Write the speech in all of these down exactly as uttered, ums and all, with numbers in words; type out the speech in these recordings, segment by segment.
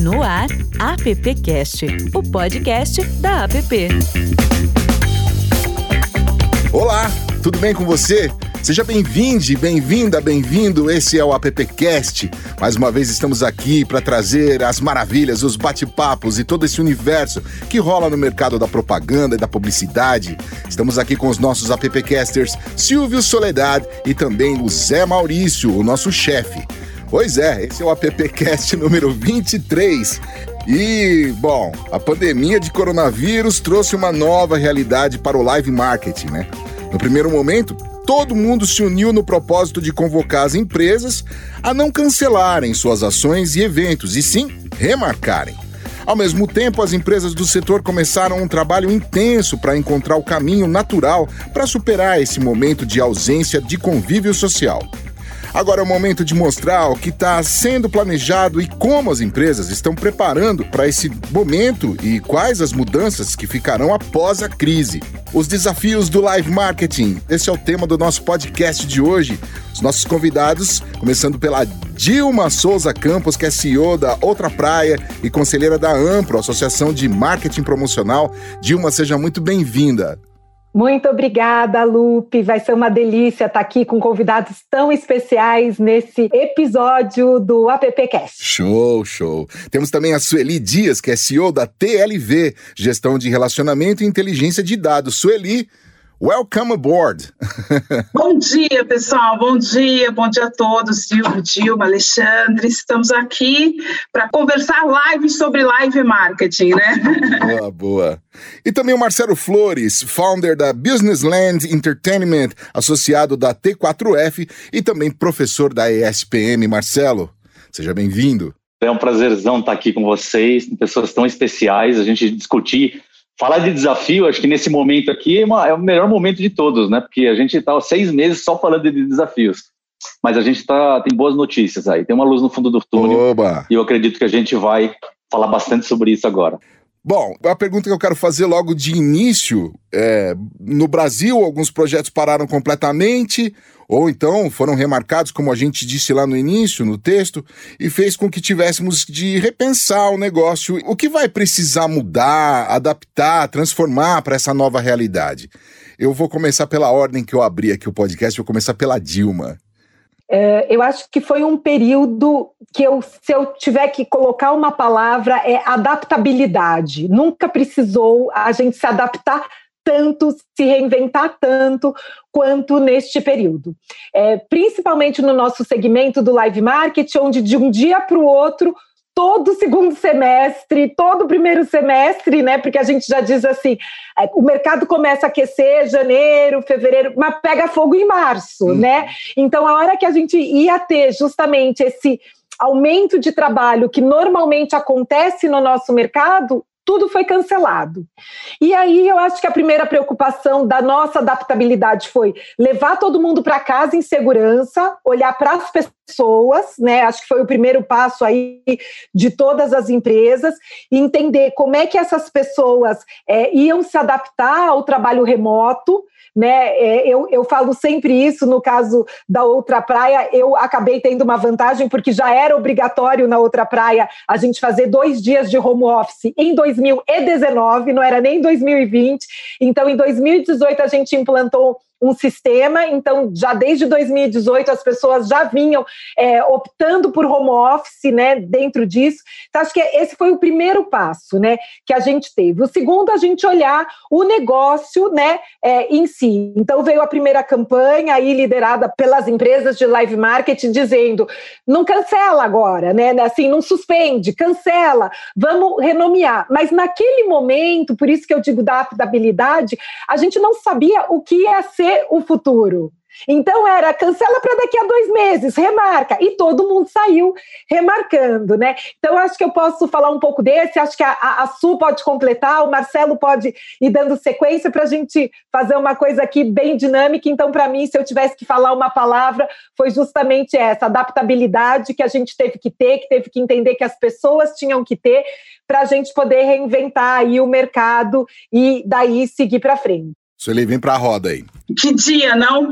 No ar, AppCast, o podcast da App. Olá, tudo bem com você? Seja bem-vindo, bem-vinda, bem-vindo, esse é o AppCast. Mais uma vez estamos aqui para trazer as maravilhas, os bate-papos e todo esse universo que rola no mercado da propaganda e da publicidade. Estamos aqui com os nossos AppCasters Silvio Soledad e também o Zé Maurício, o nosso chefe. Pois é, esse é o AppCast número vinte e três. E, bom, a pandemia de coronavírus trouxe uma nova realidade para o live marketing, né? No primeiro momento, todo mundo se uniu no propósito de convocar as empresas a não cancelarem suas ações e eventos, e sim remarcarem. Ao mesmo tempo, as empresas do setor começaram um trabalho intenso para encontrar o caminho natural para superar esse momento de ausência de convívio social. Agora é o momento de mostrar o que está sendo planejado e como as empresas estão preparando para esse momento e quais as mudanças que ficarão após a crise. Os desafios do live marketing, esse é o tema do nosso podcast de hoje. Os nossos convidados, começando pela Dilma Souza Campos, que é C E O da Outra Praia e conselheira da Ampro, Associação de Marketing Promocional. Dilma, seja muito bem-vinda. Muito obrigada, Lupe. Vai ser uma delícia estar aqui com convidados tão especiais nesse episódio do AppCast. Show, show. Temos também a Sueli Dias, que é C E O da T L V, Gestão de Relacionamento e Inteligência de Dados. Sueli, welcome aboard. Bom dia, pessoal. Bom dia. Bom dia a todos. Silvio, Dilma, Alexandre. Estamos aqui para conversar live sobre live marketing, né? Boa, boa. E também o Marcelo Flores, founder da Business Land Entertainment, associado da T quatro F e também professor da E S P M. Marcelo, seja bem-vindo. É um prazerzão estar aqui com vocês, com pessoas tão especiais, a gente discutir. Falar de desafio, acho que nesse momento aqui é, uma, é o melhor momento de todos, né? Porque a gente está há seis meses só falando de desafios. Mas a gente tá, tem boas notícias aí, tem uma luz no fundo do túnel. Oba. E eu acredito que a gente vai falar bastante sobre isso agora. Bom, a pergunta que eu quero fazer logo de início é, no Brasil, alguns projetos pararam completamente, ou então foram remarcados, como a gente disse lá no início, no texto, e fez com que tivéssemos de repensar o negócio. O que vai precisar mudar, adaptar, transformar para essa nova realidade? Eu vou começar pela ordem que eu abri aqui o podcast, vou começar pela Dilma. É, eu acho que foi um período que, eu, se eu tiver que colocar uma palavra, é adaptabilidade. Nunca precisou a gente se adaptar tanto, se reinventar tanto quanto neste período. É, principalmente no nosso segmento do live marketing, onde de um dia para o outro, todo segundo semestre, todo primeiro semestre, né? Porque a gente já diz assim, o mercado começa a aquecer janeiro, fevereiro, mas pega fogo em março, hum. né? Então, a hora que a gente ia ter justamente esse aumento de trabalho que normalmente acontece no nosso mercado, tudo foi cancelado. E aí eu acho que a primeira preocupação da nossa adaptabilidade foi levar todo mundo para casa em segurança, olhar para as pessoas, né? Acho que foi o primeiro passo aí de todas as empresas, e entender como é que essas pessoas é, iam se adaptar ao trabalho remoto, né? É, eu, eu falo sempre isso, no caso da Outra Praia, eu acabei tendo uma vantagem, porque já era obrigatório na Outra Praia a gente fazer dois dias de home office em dois mil e dezenove, não era nem dois mil e vinte, então em dois mil e dezoito a gente implantou um sistema, então já desde dois mil e dezoito as pessoas já vinham é, optando por home office, né, dentro disso. Então acho que esse foi o primeiro passo, né, que a gente teve. O segundo, a gente olhar o negócio, né, é, em si. Então veio a primeira campanha aí liderada pelas empresas de live marketing dizendo, não cancela agora, né, assim, não suspende, cancela, vamos renomear. Mas naquele momento, por isso que eu digo da adaptabilidade, a gente não sabia o que ia ser o futuro. Então era cancela para daqui a dois meses, remarca, e todo mundo saiu remarcando, né? Então acho que eu posso falar um pouco desse, acho que a, a, a Su pode completar, o Marcelo pode ir dando sequência para a gente fazer uma coisa aqui bem dinâmica. Então, para mim, se eu tivesse que falar uma palavra, foi justamente essa adaptabilidade que a gente teve que ter, que teve que entender que as pessoas tinham que ter para a gente poder reinventar aí o mercado e daí seguir para frente. Sueli, vem para a roda aí. Que dia, não?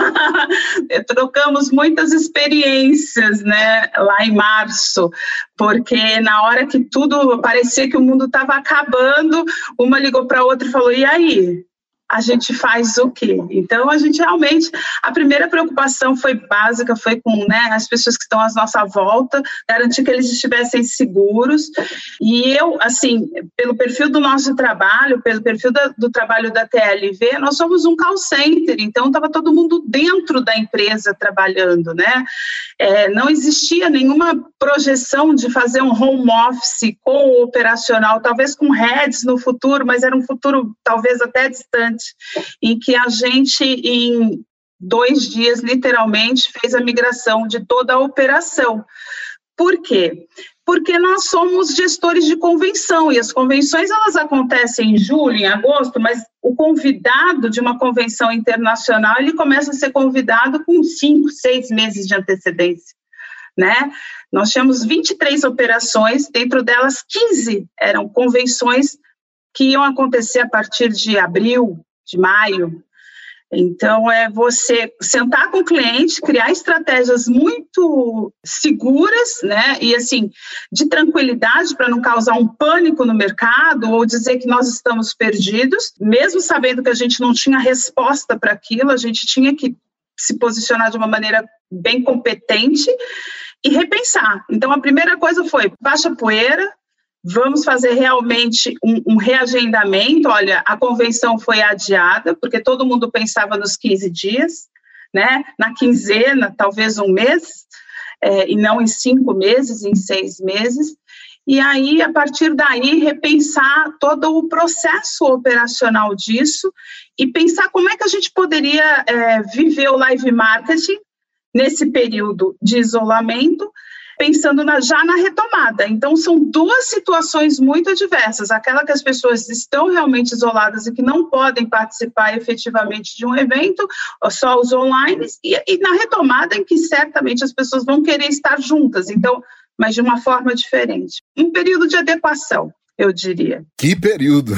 Trocamos muitas experiências, né, lá em março, porque na hora que tudo parecia que o mundo estava acabando, uma ligou para a outra e falou, e aí? A gente faz o quê? Então, a gente realmente, a primeira preocupação foi básica, foi com, né, as pessoas que estão à nossa volta, garantir que eles estivessem seguros. E eu, assim, pelo perfil do nosso trabalho, pelo perfil da, do trabalho da T L V, nós somos um call center, então estava todo mundo dentro da empresa trabalhando, né? É, não existia nenhuma projeção de fazer um home office com o operacional, talvez com heads no futuro, mas era um futuro talvez até distante, em que a gente, em dois dias, literalmente, fez a migração de toda a operação. Por quê? Porque nós somos gestores de convenção, e as convenções elas acontecem em julho, em agosto, mas o convidado de uma convenção internacional, ele começa a ser convidado com cinco, seis meses de antecedência, né? Nós tínhamos vinte e três operações, dentro delas quinze eram convenções que iam acontecer a partir de abril, de maio. Então, é você sentar com o cliente, criar estratégias muito seguras, né, e assim, de tranquilidade para não causar um pânico no mercado ou dizer que nós estamos perdidos, mesmo sabendo que a gente não tinha resposta para aquilo, a gente tinha que se posicionar de uma maneira bem competente e repensar. Então, a primeira coisa foi, baixa a poeira, vamos fazer realmente um, um reagendamento. Olha, a convenção foi adiada, porque todo mundo pensava nos quinze dias, né? Na quinzena, talvez um mês, é, e não em cinco meses, em seis meses. E aí, a partir daí, repensar todo o processo operacional disso e pensar como é que a gente poderia é, viver o live marketing nesse período de isolamento, pensando na, já na retomada. Então, são duas situações muito adversas. Aquela que as pessoas estão realmente isoladas e que não podem participar efetivamente de um evento, só os online, e, e na retomada em que certamente as pessoas vão querer estar juntas, então, mas de uma forma diferente. Um período de adequação, eu diria. Que período!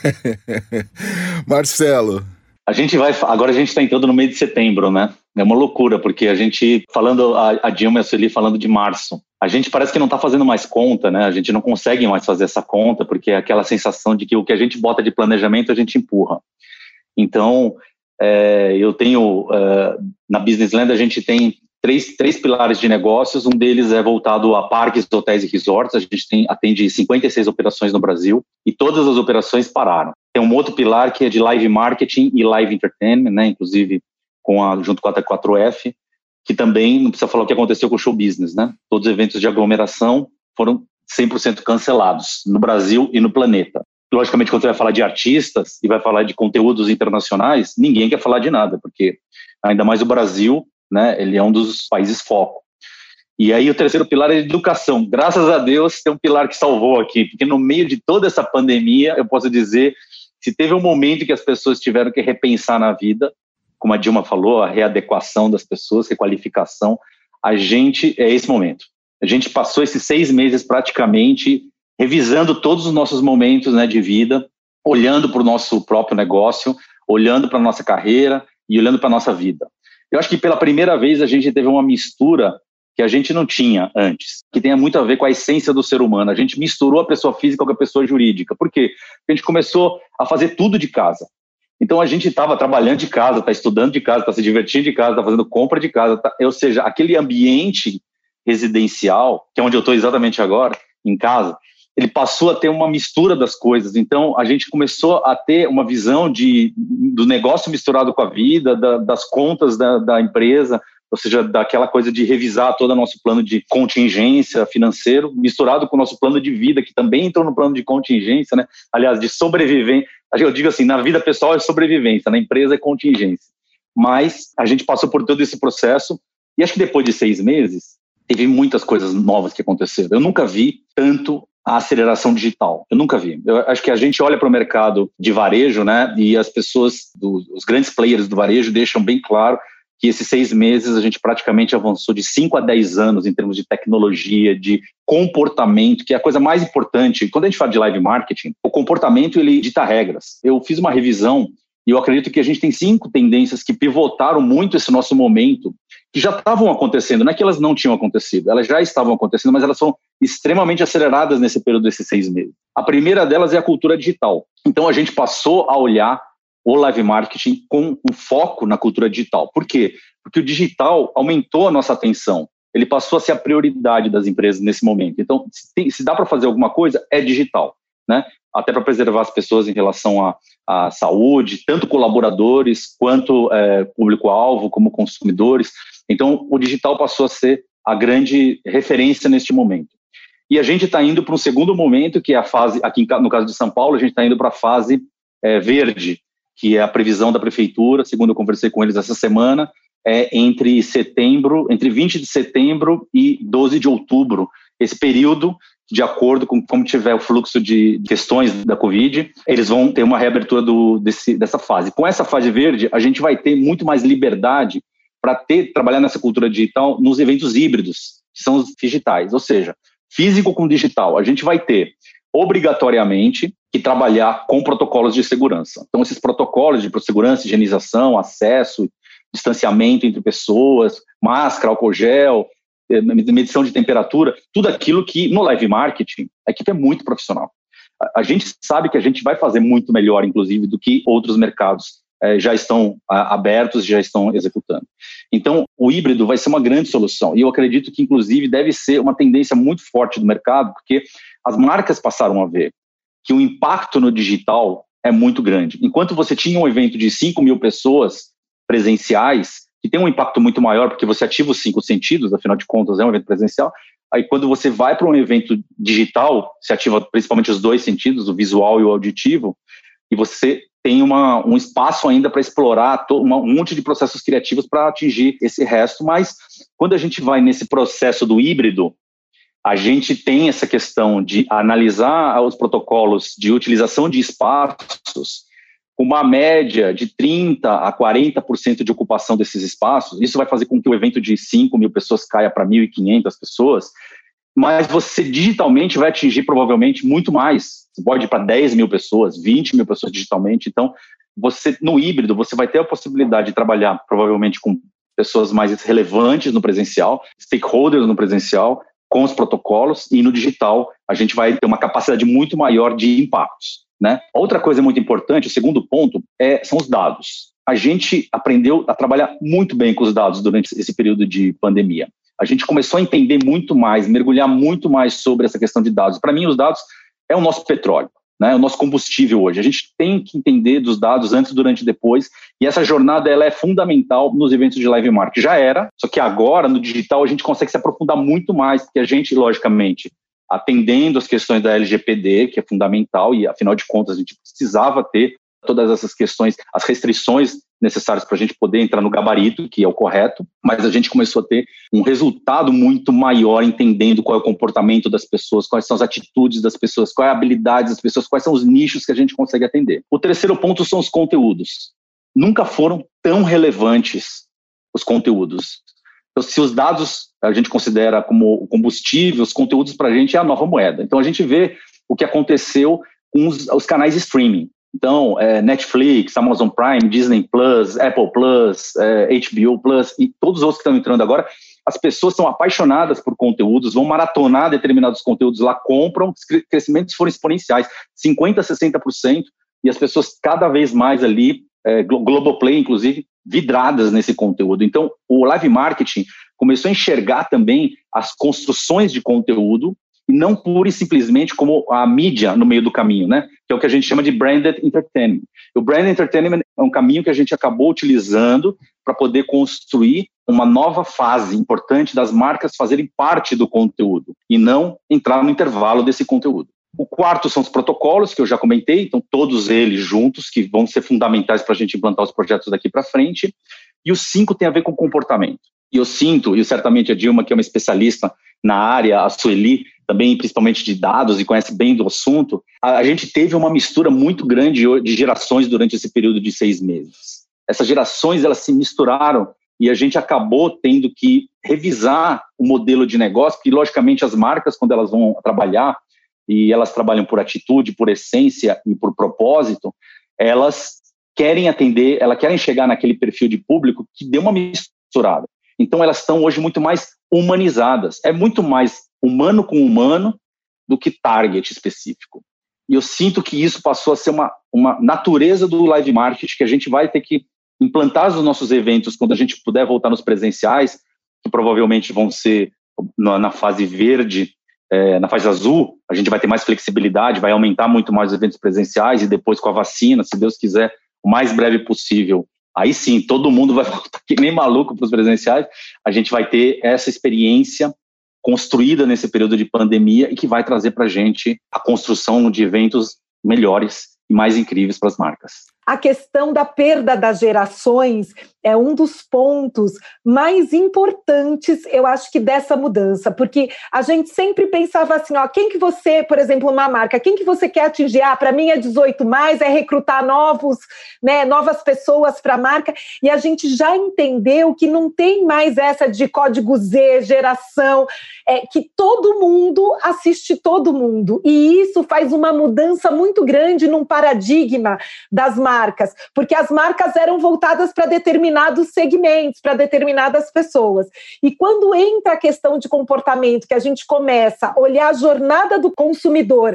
Marcelo. A gente vai, agora a gente está entrando no mês de setembro, né? É uma loucura, porque a gente, falando, a, a Dilma e a Sueli falando de março, a gente parece que não está fazendo mais conta, né? A gente não consegue mais fazer essa conta, porque é aquela sensação de que o que a gente bota de planejamento, a gente empurra. Então, é, eu tenho, é, na Business Land, a gente tem três, três pilares de negócios, um deles é voltado a parques, hotéis e resorts, a gente tem, atende cinquenta e seis operações no Brasil, e todas as operações pararam. Tem um outro pilar que é de live marketing e live entertainment, né? Inclusive com a, junto com a T quatro F, que também, não precisa falar o que aconteceu com o show business, né? Todos os eventos de aglomeração foram cem por cento cancelados no Brasil e no planeta. Logicamente, quando você vai falar de artistas e vai falar de conteúdos internacionais, ninguém quer falar de nada, porque ainda mais o Brasil, né? Ele é um dos países foco. E aí o terceiro pilar é educação. Graças a Deus tem um pilar que salvou aqui, porque no meio de toda essa pandemia, eu posso dizer, se teve um momento que as pessoas tiveram que repensar na vida, como a Dilma falou, a readequação das pessoas, requalificação, a gente, é esse momento. A gente passou esses seis meses praticamente revisando todos os nossos momentos, né, de vida, olhando para o nosso próprio negócio, olhando para a nossa carreira e olhando para a nossa vida. Eu acho que pela primeira vez a gente teve uma mistura que a gente não tinha antes, que tem muito a ver com a essência do ser humano. A gente misturou a pessoa física com a pessoa jurídica. Por quê? Porque a gente começou a fazer tudo de casa. Então, a gente estava trabalhando de casa, está estudando de casa, está se divertindo de casa, está fazendo compra de casa. Tá, ou seja, aquele ambiente residencial, que é onde eu estou exatamente agora, em casa, ele passou a ter uma mistura das coisas. Então, a gente começou a ter uma visão de, do negócio misturado com a vida, da, das contas da, da empresa, ou seja, daquela coisa de revisar todo o nosso plano de contingência financeiro, misturado com o nosso plano de vida, que também entrou no plano de contingência, né? Aliás, de sobrevivência. Eu digo assim, na vida pessoal é sobrevivência, na empresa é contingência. Mas a gente passou por todo esse processo e acho que depois de seis meses, teve muitas coisas novas que aconteceram. Eu nunca vi tanto a aceleração digital. Eu nunca vi. Eu acho que a gente olha para o mercado de varejo, né? E as pessoas, do, os grandes players do varejo deixam bem claro que esses seis meses a gente praticamente avançou de cinco a dez anos em termos de tecnologia, de comportamento, que é a coisa mais importante. Quando a gente fala de live marketing, o comportamento, ele dita regras. Eu fiz uma revisão E eu acredito que a gente tem cinco tendências que pivotaram muito esse nosso momento, que já estavam acontecendo, não é que elas não tinham acontecido, elas já estavam acontecendo, mas elas são extremamente aceleradas nesse período desses seis meses. A primeira delas é a cultura digital. Então a gente passou a olhar o live marketing com um foco na cultura digital. Por quê? Porque o digital aumentou a nossa atenção, ele passou a ser a prioridade das empresas nesse momento. Então, se, tem, se dá para fazer alguma coisa, é digital, né? Até para preservar as pessoas em relação à, à saúde, tanto colaboradores quanto é, público-alvo, como consumidores. Então, o digital passou a ser a grande referência neste momento. E a gente está indo para um segundo momento, que é a fase, aqui no caso de São Paulo, a gente está indo para a fase é, verde, que é a previsão da prefeitura, segundo eu conversei com eles essa semana, é entre setembro, entre vinte de setembro e doze de outubro, esse período, de acordo com como tiver o fluxo de questões da Covid, eles vão ter uma reabertura do, desse, dessa fase. Com essa fase verde, a gente vai ter muito mais liberdade para ter trabalhar nessa cultura digital nos eventos híbridos, que são os digitais, ou seja, físico com digital. A gente vai ter, obrigatoriamente, que trabalhar com protocolos de segurança. Então, esses protocolos de segurança, higienização, acesso, distanciamento entre pessoas, máscara, álcool gel, medição de temperatura, tudo aquilo que no live marketing a equipe é muito profissional. A, a gente sabe que a gente vai fazer muito melhor, inclusive, do que outros mercados eh, já estão a, abertos, já estão executando. Então, o híbrido vai ser uma grande solução e eu acredito que, inclusive, deve ser uma tendência muito forte do mercado, porque as marcas passaram a ver que o impacto no digital é muito grande. Enquanto você tinha um evento de cinco mil pessoas presenciais, que tem um impacto muito maior, porque você ativa os cinco sentidos, afinal de contas é um evento presencial, aí quando você vai para um evento digital, você ativa principalmente os dois sentidos, o visual e o auditivo, e você tem uma, um espaço ainda para explorar to, uma, um monte de processos criativos para atingir esse resto, mas quando a gente vai nesse processo do híbrido, a gente tem essa questão de analisar os protocolos de utilização de espaços com uma média de trinta a quarenta por cento de ocupação desses espaços. Isso vai fazer com que o evento de cinco mil pessoas caia para mil e quinhentas pessoas, mas você digitalmente vai atingir provavelmente muito mais. Você pode ir para dez mil pessoas, vinte mil pessoas digitalmente. Então, você no híbrido, você vai ter a possibilidade de trabalhar provavelmente com pessoas mais relevantes no presencial, stakeholders no presencial, com os protocolos, e no digital a gente vai ter uma capacidade muito maior de impactos, né? Outra coisa muito importante, o segundo ponto, é, são os dados. A gente aprendeu a trabalhar muito bem com os dados durante esse período de pandemia. A gente começou a entender muito mais, mergulhar muito mais sobre essa questão de dados. Para mim, os dados é o nosso petróleo, né? É o nosso combustível hoje. A gente tem que entender dos dados antes, durante e depois, e essa jornada ela é fundamental nos eventos de live marketing. Já era, só que agora, no digital, a gente consegue se aprofundar muito mais, porque a gente, logicamente, atendendo as questões da L G P D, que é fundamental, e afinal de contas a gente precisava ter todas essas questões, as restrições necessárias para a gente poder entrar no gabarito, que é o correto, mas a gente começou a ter um resultado muito maior, entendendo qual é o comportamento das pessoas, quais são as atitudes das pessoas, qual é a habilidade das pessoas, quais são os nichos que a gente consegue atender. O terceiro ponto são os conteúdos. Nunca foram tão relevantes os conteúdos. Então, se os dados a gente considera como combustível, os conteúdos para a gente é a nova moeda. Então, a gente vê o que aconteceu com os, os canais de streaming. Então, é, Netflix, Amazon Prime, Disney Plus, Apple Plus, é, H B O Plus e todos os outros que estão entrando agora, as pessoas são apaixonadas por conteúdos, vão maratonar determinados conteúdos lá, compram, os crescimentos foram exponenciais, cinquenta por cento, sessenta por cento, e as pessoas cada vez mais ali, é, Globoplay, inclusive, vidradas nesse conteúdo. Então, o live marketing começou a enxergar também as construções de conteúdo e não pura e simplesmente como a mídia no meio do caminho, né? Que é o que a gente chama de branded entertainment. O branded entertainment é um caminho que a gente acabou utilizando para poder construir uma nova fase importante das marcas fazerem parte do conteúdo e não entrar no intervalo desse conteúdo. O quarto são os protocolos, que eu já comentei, então todos eles juntos, que vão ser fundamentais para a gente implantar os projetos daqui para frente. E o cinco tem a ver com comportamento. E eu sinto, e certamente a Dilma, que é uma especialista na área, a Sueli, também principalmente de dados e conhece bem do assunto, a, a gente teve uma mistura muito grande de gerações durante esse período de seis meses. Essas gerações, elas se misturaram e a gente acabou tendo que revisar o modelo de negócio, porque logicamente as marcas, quando elas vão trabalhar, e elas trabalham por atitude, por essência e por propósito, elas querem atender, elas querem chegar naquele perfil de público que deu uma misturada. Então, elas estão hoje muito mais humanizadas. É muito mais humano com humano do que target específico. E eu sinto que isso passou a ser uma, uma natureza do live marketing, que a gente vai ter que implantar nos nossos eventos quando a gente puder voltar nos presenciais, que provavelmente vão ser na, na fase verde, é, na fase azul, a gente vai ter mais flexibilidade, vai aumentar muito mais os eventos presenciais e depois com a vacina, se Deus quiser, o mais breve possível. Aí sim, todo mundo vai voltar que nem maluco para os presenciais, a gente vai ter essa experiência construída nesse período de pandemia e que vai trazer para a gente a construção de eventos melhores e mais incríveis para as marcas. A questão da perda das gerações é um dos pontos mais importantes, eu acho que dessa mudança, porque a gente sempre pensava assim, ó, quem que você, por exemplo, uma marca, quem que você quer atingir? Ah, para mim é dezoito mais, é recrutar novos, né, novas pessoas para a marca, e a gente já entendeu que não tem mais essa de código Z, geração, é, que todo mundo assiste todo mundo, e isso faz uma mudança muito grande num paradigma das marcas, marcas, porque as marcas eram voltadas para determinados segmentos, para determinadas pessoas. E quando entra a questão de comportamento, que a gente começa a olhar a jornada do consumidor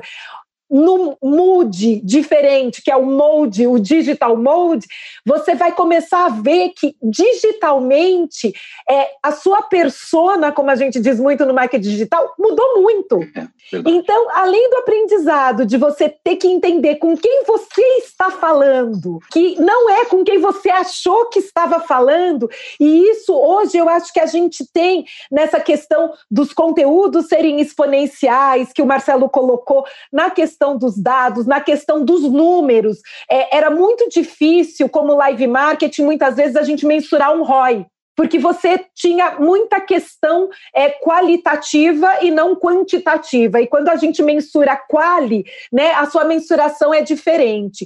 num mood diferente, que é o mode, o digital mode, você vai começar a ver que digitalmente é, a sua persona, como a gente diz muito no marketing digital, mudou muito. É, então, além do aprendizado de você ter que entender com quem você está falando, que não é com quem você achou que estava falando, e isso hoje eu acho que a gente tem nessa questão dos conteúdos serem exponenciais, que o Marcelo colocou, na questão dos dados, na questão dos números, é, era muito difícil, como live marketing, muitas vezes a gente mensurar um R O I, porque você tinha muita questão é, qualitativa e não quantitativa, e quando a gente mensura quali, né, a sua mensuração é diferente.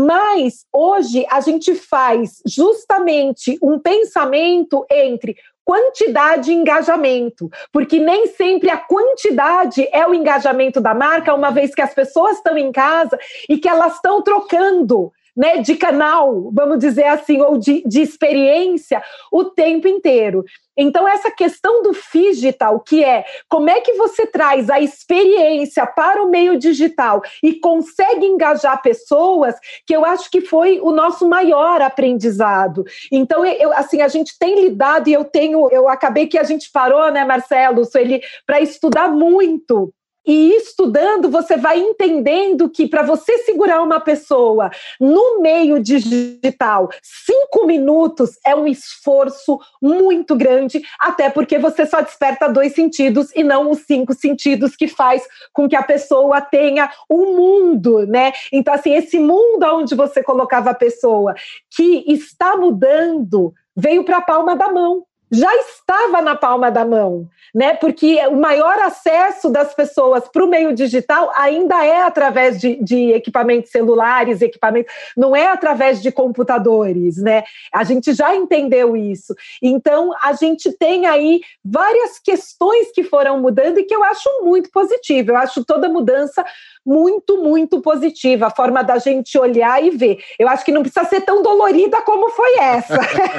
Mas hoje a gente faz justamente um pensamento entre quantidade e engajamento, porque nem sempre a quantidade é o engajamento da marca, uma vez que as pessoas estão em casa e que elas estão trocando, né, de canal, vamos dizer assim, ou de, de experiência o tempo inteiro. Então, essa questão do phygital, que é como é que você traz a experiência para o meio digital e consegue engajar pessoas, que eu acho que foi o nosso maior aprendizado. Então, eu, assim, a gente tem lidado, e eu tenho, eu acabei que a gente parou, né, Marcelo, Sueli, para estudar muito. E estudando, você vai entendendo que para você segurar uma pessoa no meio digital, cinco minutos é um esforço muito grande, até porque você só desperta dois sentidos e não os cinco sentidos que faz com que a pessoa tenha um mundo, né? Então, assim, esse mundo onde você colocava a pessoa, que está mudando, veio para a palma da mão. Já estava na palma da mão, né? Porque o maior acesso das pessoas para o meio digital ainda é através de, de equipamentos celulares, equipamentos, não é através de computadores, né? A gente já entendeu isso. Então, a gente tem aí várias questões que foram mudando e que eu acho muito positiva. Eu acho toda mudança muito, muito positiva, a forma da gente olhar e ver. Eu acho que não precisa ser tão dolorida como foi essa.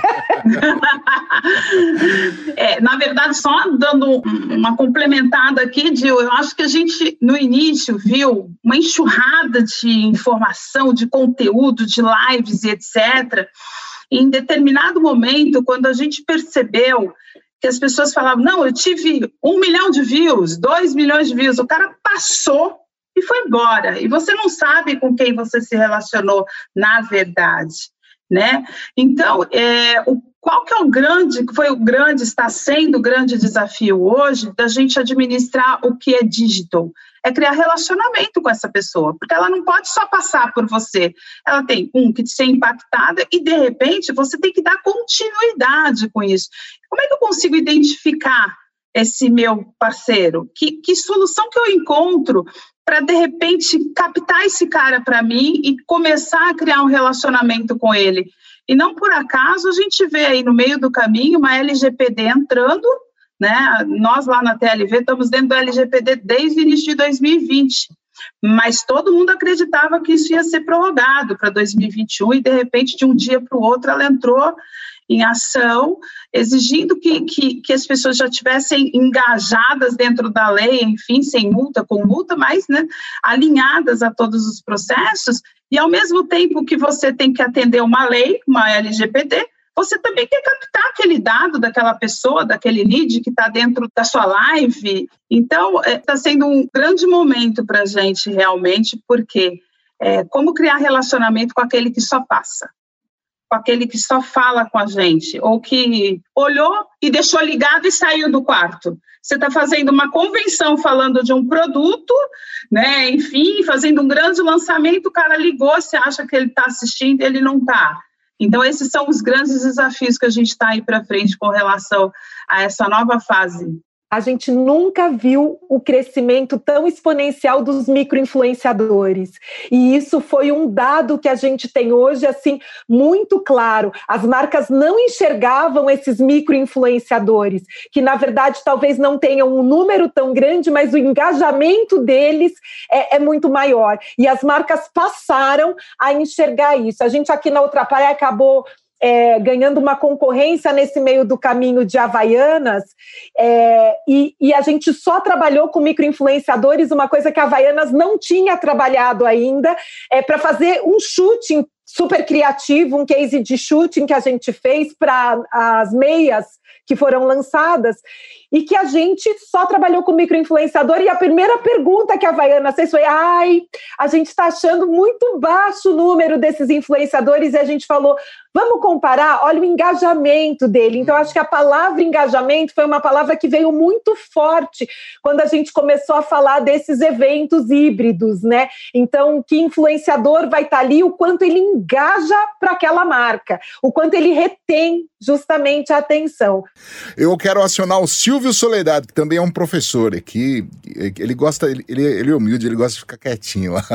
É, na verdade, só dando uma complementada aqui, Gil, eu acho que a gente, no início, viu uma enxurrada de informação, de conteúdo, de lives e etcétera. E em determinado momento, quando a gente percebeu que as pessoas falavam, não, eu tive um milhão de views, dois milhões de views, o cara passou e foi embora. E você não sabe com quem você se relacionou na verdade, né? Então, é, o, qual que é o grande, foi o grande, está sendo o grande desafio hoje da gente administrar o que é digital? É criar relacionamento com essa pessoa, porque ela não pode só passar por você. Ela tem, um, que ser impactada e, de repente, você tem que dar continuidade com isso. Como é que eu consigo identificar esse meu parceiro? Que, que solução que eu encontro para, de repente, captar esse cara para mim e começar a criar um relacionamento com ele? E não por acaso a gente vê aí no meio do caminho uma L G P D entrando, né? Nós lá na T L V estamos dentro do L G P D desde o início de dois mil e vinte. mas todo mundo acreditava que isso ia ser prorrogado para dois mil e vinte e um, e de repente, de um dia para o outro, ela entrou em ação, exigindo que, que, que as pessoas já tivessem engajadas dentro da lei, enfim, sem multa, com multa, mas, né, alinhadas a todos os processos, e ao mesmo tempo que você tem que atender uma lei, uma L G P D, você também quer captar aquele dado daquela pessoa, daquele lead que está dentro da sua live. Então, está sendo um grande momento para a gente, realmente, porque é, como criar relacionamento com aquele que só passa, com aquele que só fala com a gente, ou que olhou e deixou ligado e saiu do quarto. Você está fazendo uma convenção falando de um produto, né? Enfim, fazendo um grande lançamento, o cara ligou, você acha que ele está assistindo e ele não está. Então, esses são os grandes desafios que a gente está aí para frente com relação a essa nova fase. A gente nunca viu o crescimento tão exponencial dos micro-influenciadores. E isso foi um dado que a gente tem hoje, assim, muito claro. As marcas não enxergavam esses micro-influenciadores, que, na verdade, talvez não tenham um número tão grande, mas o engajamento deles é, é muito maior. E as marcas passaram a enxergar isso. A gente aqui na Ultrapar acabou É, ganhando uma concorrência nesse meio do caminho de Havaianas, é, e, e a gente só trabalhou com micro-influenciadores, uma coisa que a Havaianas não tinha trabalhado ainda, é, para fazer um shooting super criativo, um case de shooting que a gente fez para as meias que foram lançadas, e que a gente só trabalhou com micro-influenciador, e a primeira pergunta que a Havaianas fez foi: ai, a gente está achando muito baixo o número desses influenciadores, e a gente falou, vamos comparar, olha o engajamento dele. Então, acho que a palavra engajamento foi uma palavra que veio muito forte quando a gente começou a falar desses eventos híbridos, né? Então, que influenciador vai estar ali, o quanto ele engaja para aquela marca, o quanto ele retém justamente a atenção. Eu quero acionar o Silvio Soledade, que também é um professor aqui. Ele gosta, ele, ele é humilde, ele gosta de ficar quietinho lá.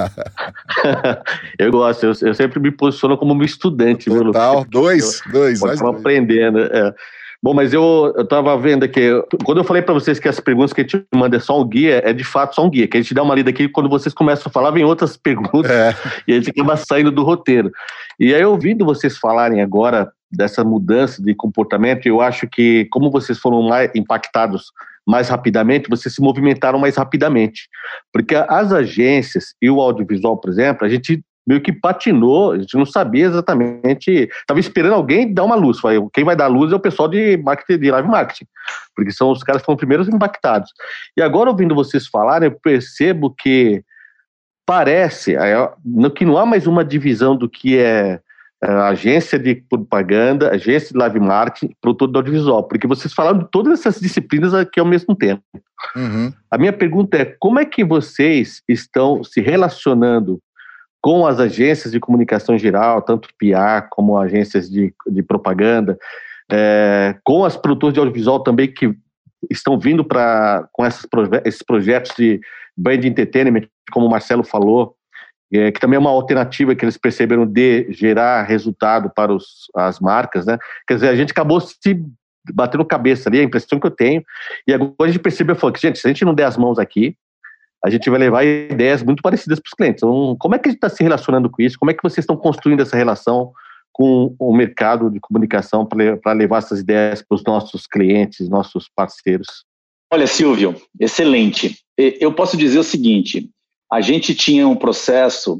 Eu gosto, eu, eu sempre me posiciono como um estudante. Total, viu, dois, eu, dois. Eu estou aprendendo. É. Bom, mas eu estava vendo aqui, quando eu falei para vocês que as perguntas que a gente manda é só um guia, é de fato só um guia, que a gente dá uma lida aqui, quando vocês começam a falar, vem outras perguntas, é. E a gente acaba saindo do roteiro. E aí, ouvindo vocês falarem agora dessa mudança de comportamento, eu acho que, como vocês foram mais impactados mais rapidamente, vocês se movimentaram mais rapidamente. Porque as agências e o audiovisual, por exemplo, a gente meio que patinou, a gente não sabia exatamente, estava esperando alguém dar uma luz. Quem vai dar luz é o pessoal de marketing, de live marketing, porque são os caras que foram primeiros impactados. E agora, ouvindo vocês falarem, eu percebo que parece que não há mais uma divisão do que é agência de propaganda, agência de live marketing, produtor de audiovisual, porque vocês falaram de todas essas disciplinas aqui ao mesmo tempo. Uhum. A minha pergunta é, como é que vocês estão se relacionando com as agências de comunicação geral, tanto P R como agências de, de propaganda, é, com as produtoras de audiovisual também que estão vindo pra, com essas proje- esses projetos de brand entertainment, como o Marcelo falou, é, que também é uma alternativa que eles perceberam de gerar resultado para os, as marcas, né? Quer dizer, a gente acabou se batendo cabeça ali, a impressão que eu tenho, e agora a gente percebeu que, gente, se a gente não der as mãos aqui, a gente vai levar ideias muito parecidas para os clientes. Então, como é que a gente está se relacionando com isso? Como é que vocês estão construindo essa relação com o mercado de comunicação para levar essas ideias para os nossos clientes, nossos parceiros? Olha, Silvio, excelente. Eu posso dizer o seguinte, a gente tinha um processo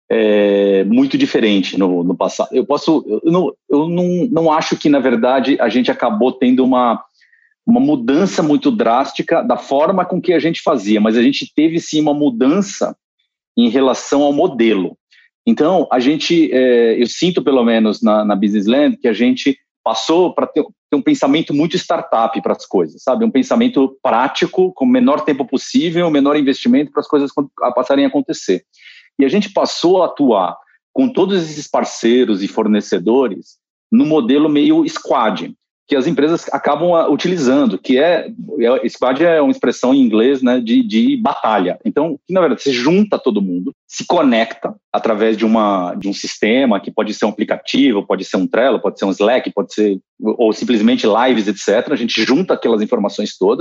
é, muito diferente no, no passado. Eu, posso, eu, não, eu não, não acho que, na verdade, a gente acabou tendo uma... uma mudança muito drástica da forma com que a gente fazia, mas a gente teve sim uma mudança em relação ao modelo. Então, a gente, é, eu sinto pelo menos na, na Business Land que a gente passou para ter, ter um pensamento muito startup para as coisas, sabe? Um pensamento prático, com o menor tempo possível, o menor investimento para as coisas passarem a acontecer. E a gente passou a atuar com todos esses parceiros e fornecedores no modelo meio squad, que as empresas acabam utilizando, que é, é squad é uma expressão em inglês, né, de, de batalha. Então, que, na verdade, você junta todo mundo, se conecta através de, uma, de um sistema, que pode ser um aplicativo, pode ser um Trello, pode ser um Slack, pode ser, ou simplesmente lives, etcétera. A gente junta aquelas informações todas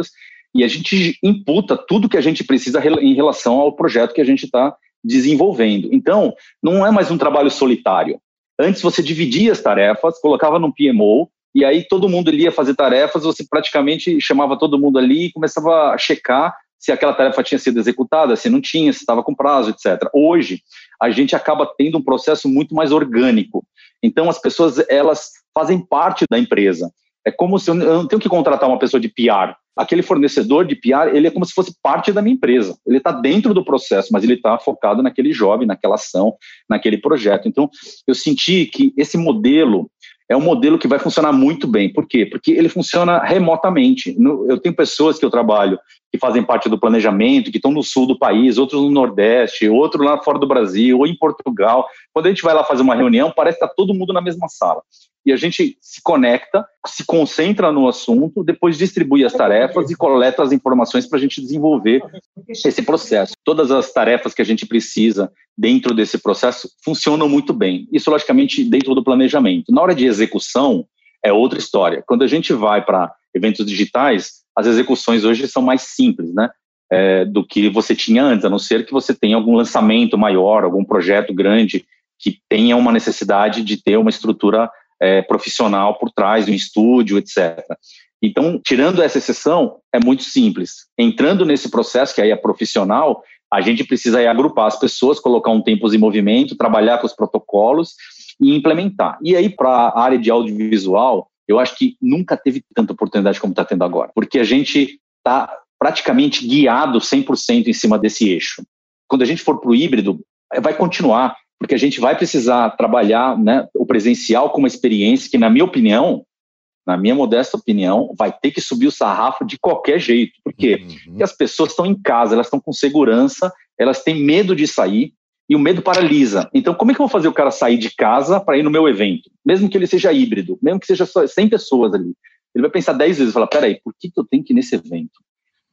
e a gente imputa tudo que a gente precisa em relação ao projeto que a gente está desenvolvendo. Então, não é mais um trabalho solitário. Antes você dividia as tarefas, colocava no P M O, e aí todo mundo ia fazer tarefas, você praticamente chamava todo mundo ali e começava a checar se aquela tarefa tinha sido executada, se não tinha, se estava com prazo, etcétera. Hoje, a gente acaba tendo um processo muito mais orgânico. Então, as pessoas, elas fazem parte da empresa. É como se eu não tenho que contratar uma pessoa de P R. Aquele fornecedor de P R, ele é como se fosse parte da minha empresa. Ele está dentro do processo, mas ele está focado naquele job, naquela ação, naquele projeto. Então, eu senti que esse modelo é um modelo que vai funcionar muito bem. Por quê? Porque ele funciona remotamente. Eu tenho pessoas que eu trabalho que fazem parte do planejamento, que estão no sul do país, outros no Nordeste, outro lá fora do Brasil, ou em Portugal. Quando a gente vai lá fazer uma reunião, parece que está todo mundo na mesma sala. E a gente se conecta, se concentra no assunto, depois distribui as tarefas e coleta as informações para a gente desenvolver esse processo. Todas as tarefas que a gente precisa dentro desse processo funcionam muito bem. Isso, logicamente, dentro do planejamento. Na hora de execução, é outra história. Quando a gente vai para eventos digitais, as execuções hoje são mais simples, né? É, do que você tinha antes, a não ser que você tenha algum lançamento maior, algum projeto grande que tenha uma necessidade de ter uma estrutura É, profissional por trás, um estúdio, etcétera. Então, tirando essa exceção, é muito simples. Entrando nesse processo, que aí é profissional, a gente precisa aí agrupar as pessoas, colocar um tempos em movimento, trabalhar com os protocolos e implementar. E aí, para a área de audiovisual, eu acho que nunca teve tanta oportunidade como está tendo agora, porque a gente está praticamente guiado cem por cento em cima desse eixo. Quando a gente for para o híbrido, vai continuar, porque a gente vai precisar trabalhar, né, o presencial com uma experiência que, na minha opinião, na minha modesta opinião, vai ter que subir o sarrafo de qualquer jeito. Por quê? Uhum. Porque as pessoas estão em casa, elas estão com segurança, elas têm medo de sair, e o medo paralisa. Então, como é que eu vou fazer o cara sair de casa para ir no meu evento? Mesmo que ele seja híbrido, mesmo que seja só cem pessoas ali. Ele vai pensar dez vezes e falar, peraí, por que, que eu tenho que ir nesse evento?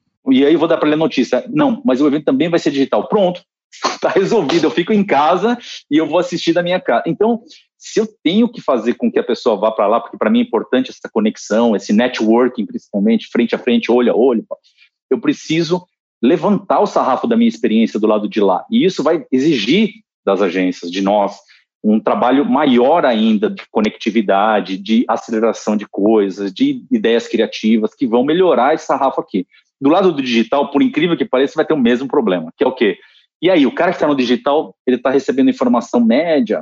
E aí eu vou dar para ele a notícia, não, mas o evento também vai ser digital. Pronto. Está resolvido, eu fico em casa e eu vou assistir da minha casa. Então, se eu tenho que fazer com que a pessoa vá para lá, porque para mim é importante essa conexão, esse networking, principalmente, frente a frente, olho a olho, eu preciso levantar o sarrafo da minha experiência do lado de lá. E isso vai exigir das agências, de nós, um trabalho maior ainda de conectividade, de aceleração de coisas, de ideias criativas que vão melhorar esse sarrafo aqui. Do lado do digital, por incrível que pareça, vai ter o mesmo problema, que é o quê? E aí, o cara que está no digital, ele está recebendo informação média.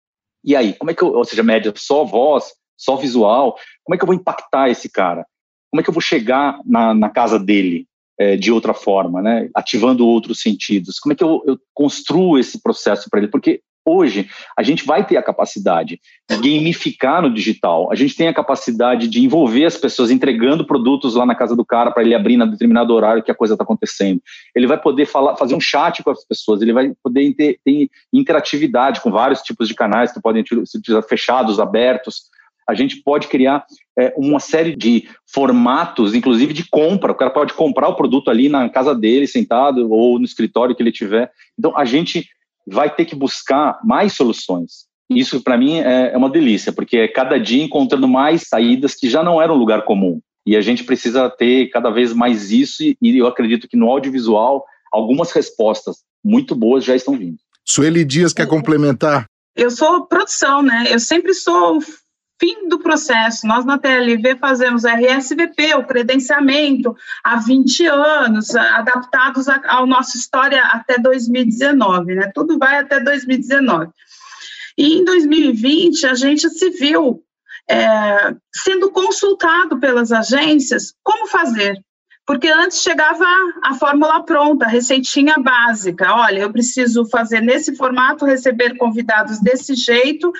E aí, como é que eu, ou seja, média só voz, só visual, como é que eu vou impactar esse cara? Como é que eu vou chegar na, na casa dele é, de outra forma, né? Ativando outros sentidos? Como é que eu, eu construo esse processo para ele? Porque hoje a gente vai ter a capacidade de gamificar no digital, a gente tem a capacidade de envolver as pessoas entregando produtos lá na casa do cara para ele abrir na determinado horário que a coisa está acontecendo. Ele vai poder falar, fazer um chat com as pessoas, ele vai poder ter, ter interatividade com vários tipos de canais que podem ser fechados, abertos. A gente pode criar é, uma série de formatos, inclusive de compra. O cara pode comprar o produto ali na casa dele, sentado, ou no escritório que ele tiver. Então, a gente vai ter que buscar mais soluções. Isso, para mim, é uma delícia, porque é cada dia encontrando mais saídas que já não eram um lugar comum. E a gente precisa ter cada vez mais isso, e eu acredito que no audiovisual, algumas respostas muito boas já estão vindo. Sueli Dias quer complementar? Eu sou produção, né? Eu sempre sou fim do processo. Nós na T L V fazemos R S V P, o credenciamento, há vinte anos, adaptados à nossa história até dois mil e dezenove, né? Tudo vai até dois mil e dezenove. E em dois mil e vinte, a gente se viu é, sendo consultado pelas agências como fazer. Porque antes chegava a fórmula pronta, a receitinha básica. Olha, eu preciso fazer nesse formato, receber convidados desse jeito,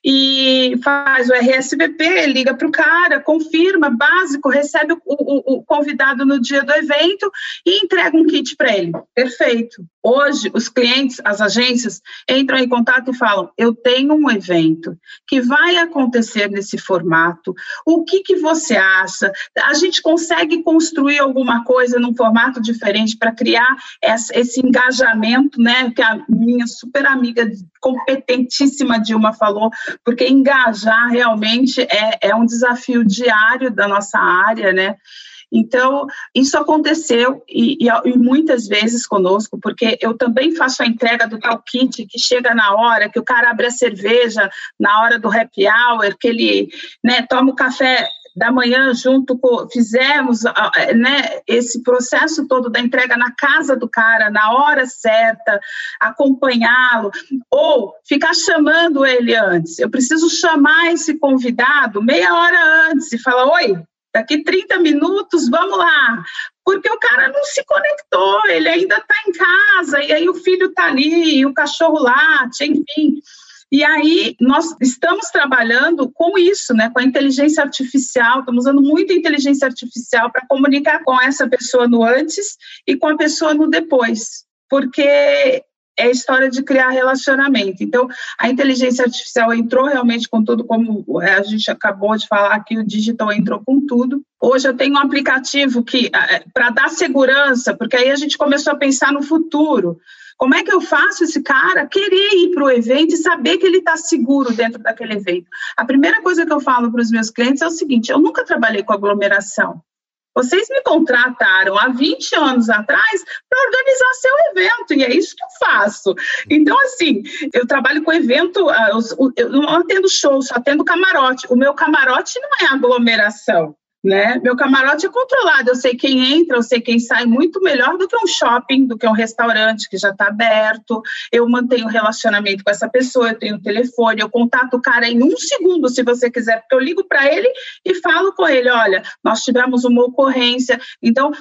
e faz o R S V P, liga para o cara, confirma, básico, recebe o, o, o convidado no dia do evento e entrega um kit para ele. Perfeito. Hoje, os clientes, as agências, entram em contato e falam, eu tenho um evento que vai acontecer nesse formato, o que, que você acha? A gente consegue construir alguma coisa num formato diferente para criar esse engajamento, né, que a minha super amiga, competentíssima Dilma falou, porque engajar realmente é, é um desafio diário da nossa área, né? Então, isso aconteceu e, e, e muitas vezes conosco, porque eu também faço a entrega do tal kit que chega na hora, que o cara abre a cerveja na hora do happy hour, que ele, né, toma o café da manhã junto com, fizemos, né, esse processo todo da entrega na casa do cara, na hora certa, acompanhá-lo, ou ficar chamando ele antes. Eu preciso chamar esse convidado meia hora antes e falar, oi, daqui trinta minutos, vamos lá, porque o cara não se conectou, ele ainda está em casa, e aí o filho está ali, e o cachorro late, enfim. E aí, nós estamos trabalhando com isso, né, com a inteligência artificial, estamos usando muito a inteligência artificial para comunicar com essa pessoa no antes e com a pessoa no depois, porque é a história de criar relacionamento. Então, a inteligência artificial entrou realmente com tudo, como a gente acabou de falar que o digital entrou com tudo. Hoje eu tenho um aplicativo que, para dar segurança, porque aí a gente começou a pensar no futuro. Como é que eu faço esse cara querer ir para o evento e saber que ele está seguro dentro daquele evento? A primeira coisa que eu falo para os meus clientes é o seguinte, eu nunca trabalhei com aglomeração. Vocês me contrataram há vinte anos atrás para organizar seu evento, e é isso que eu faço. Então, assim, eu trabalho com evento, eu não atendo show, só atendo camarote. O meu camarote não é aglomeração. Né? Meu camarote é controlado, eu sei quem entra, eu sei quem sai muito melhor do que um shopping, do que um restaurante que já está aberto. Eu mantenho relacionamento com essa pessoa, eu tenho telefone, eu contato o cara em um segundo, se você quiser, porque eu ligo para ele e falo com ele, olha, nós tivemos uma ocorrência, então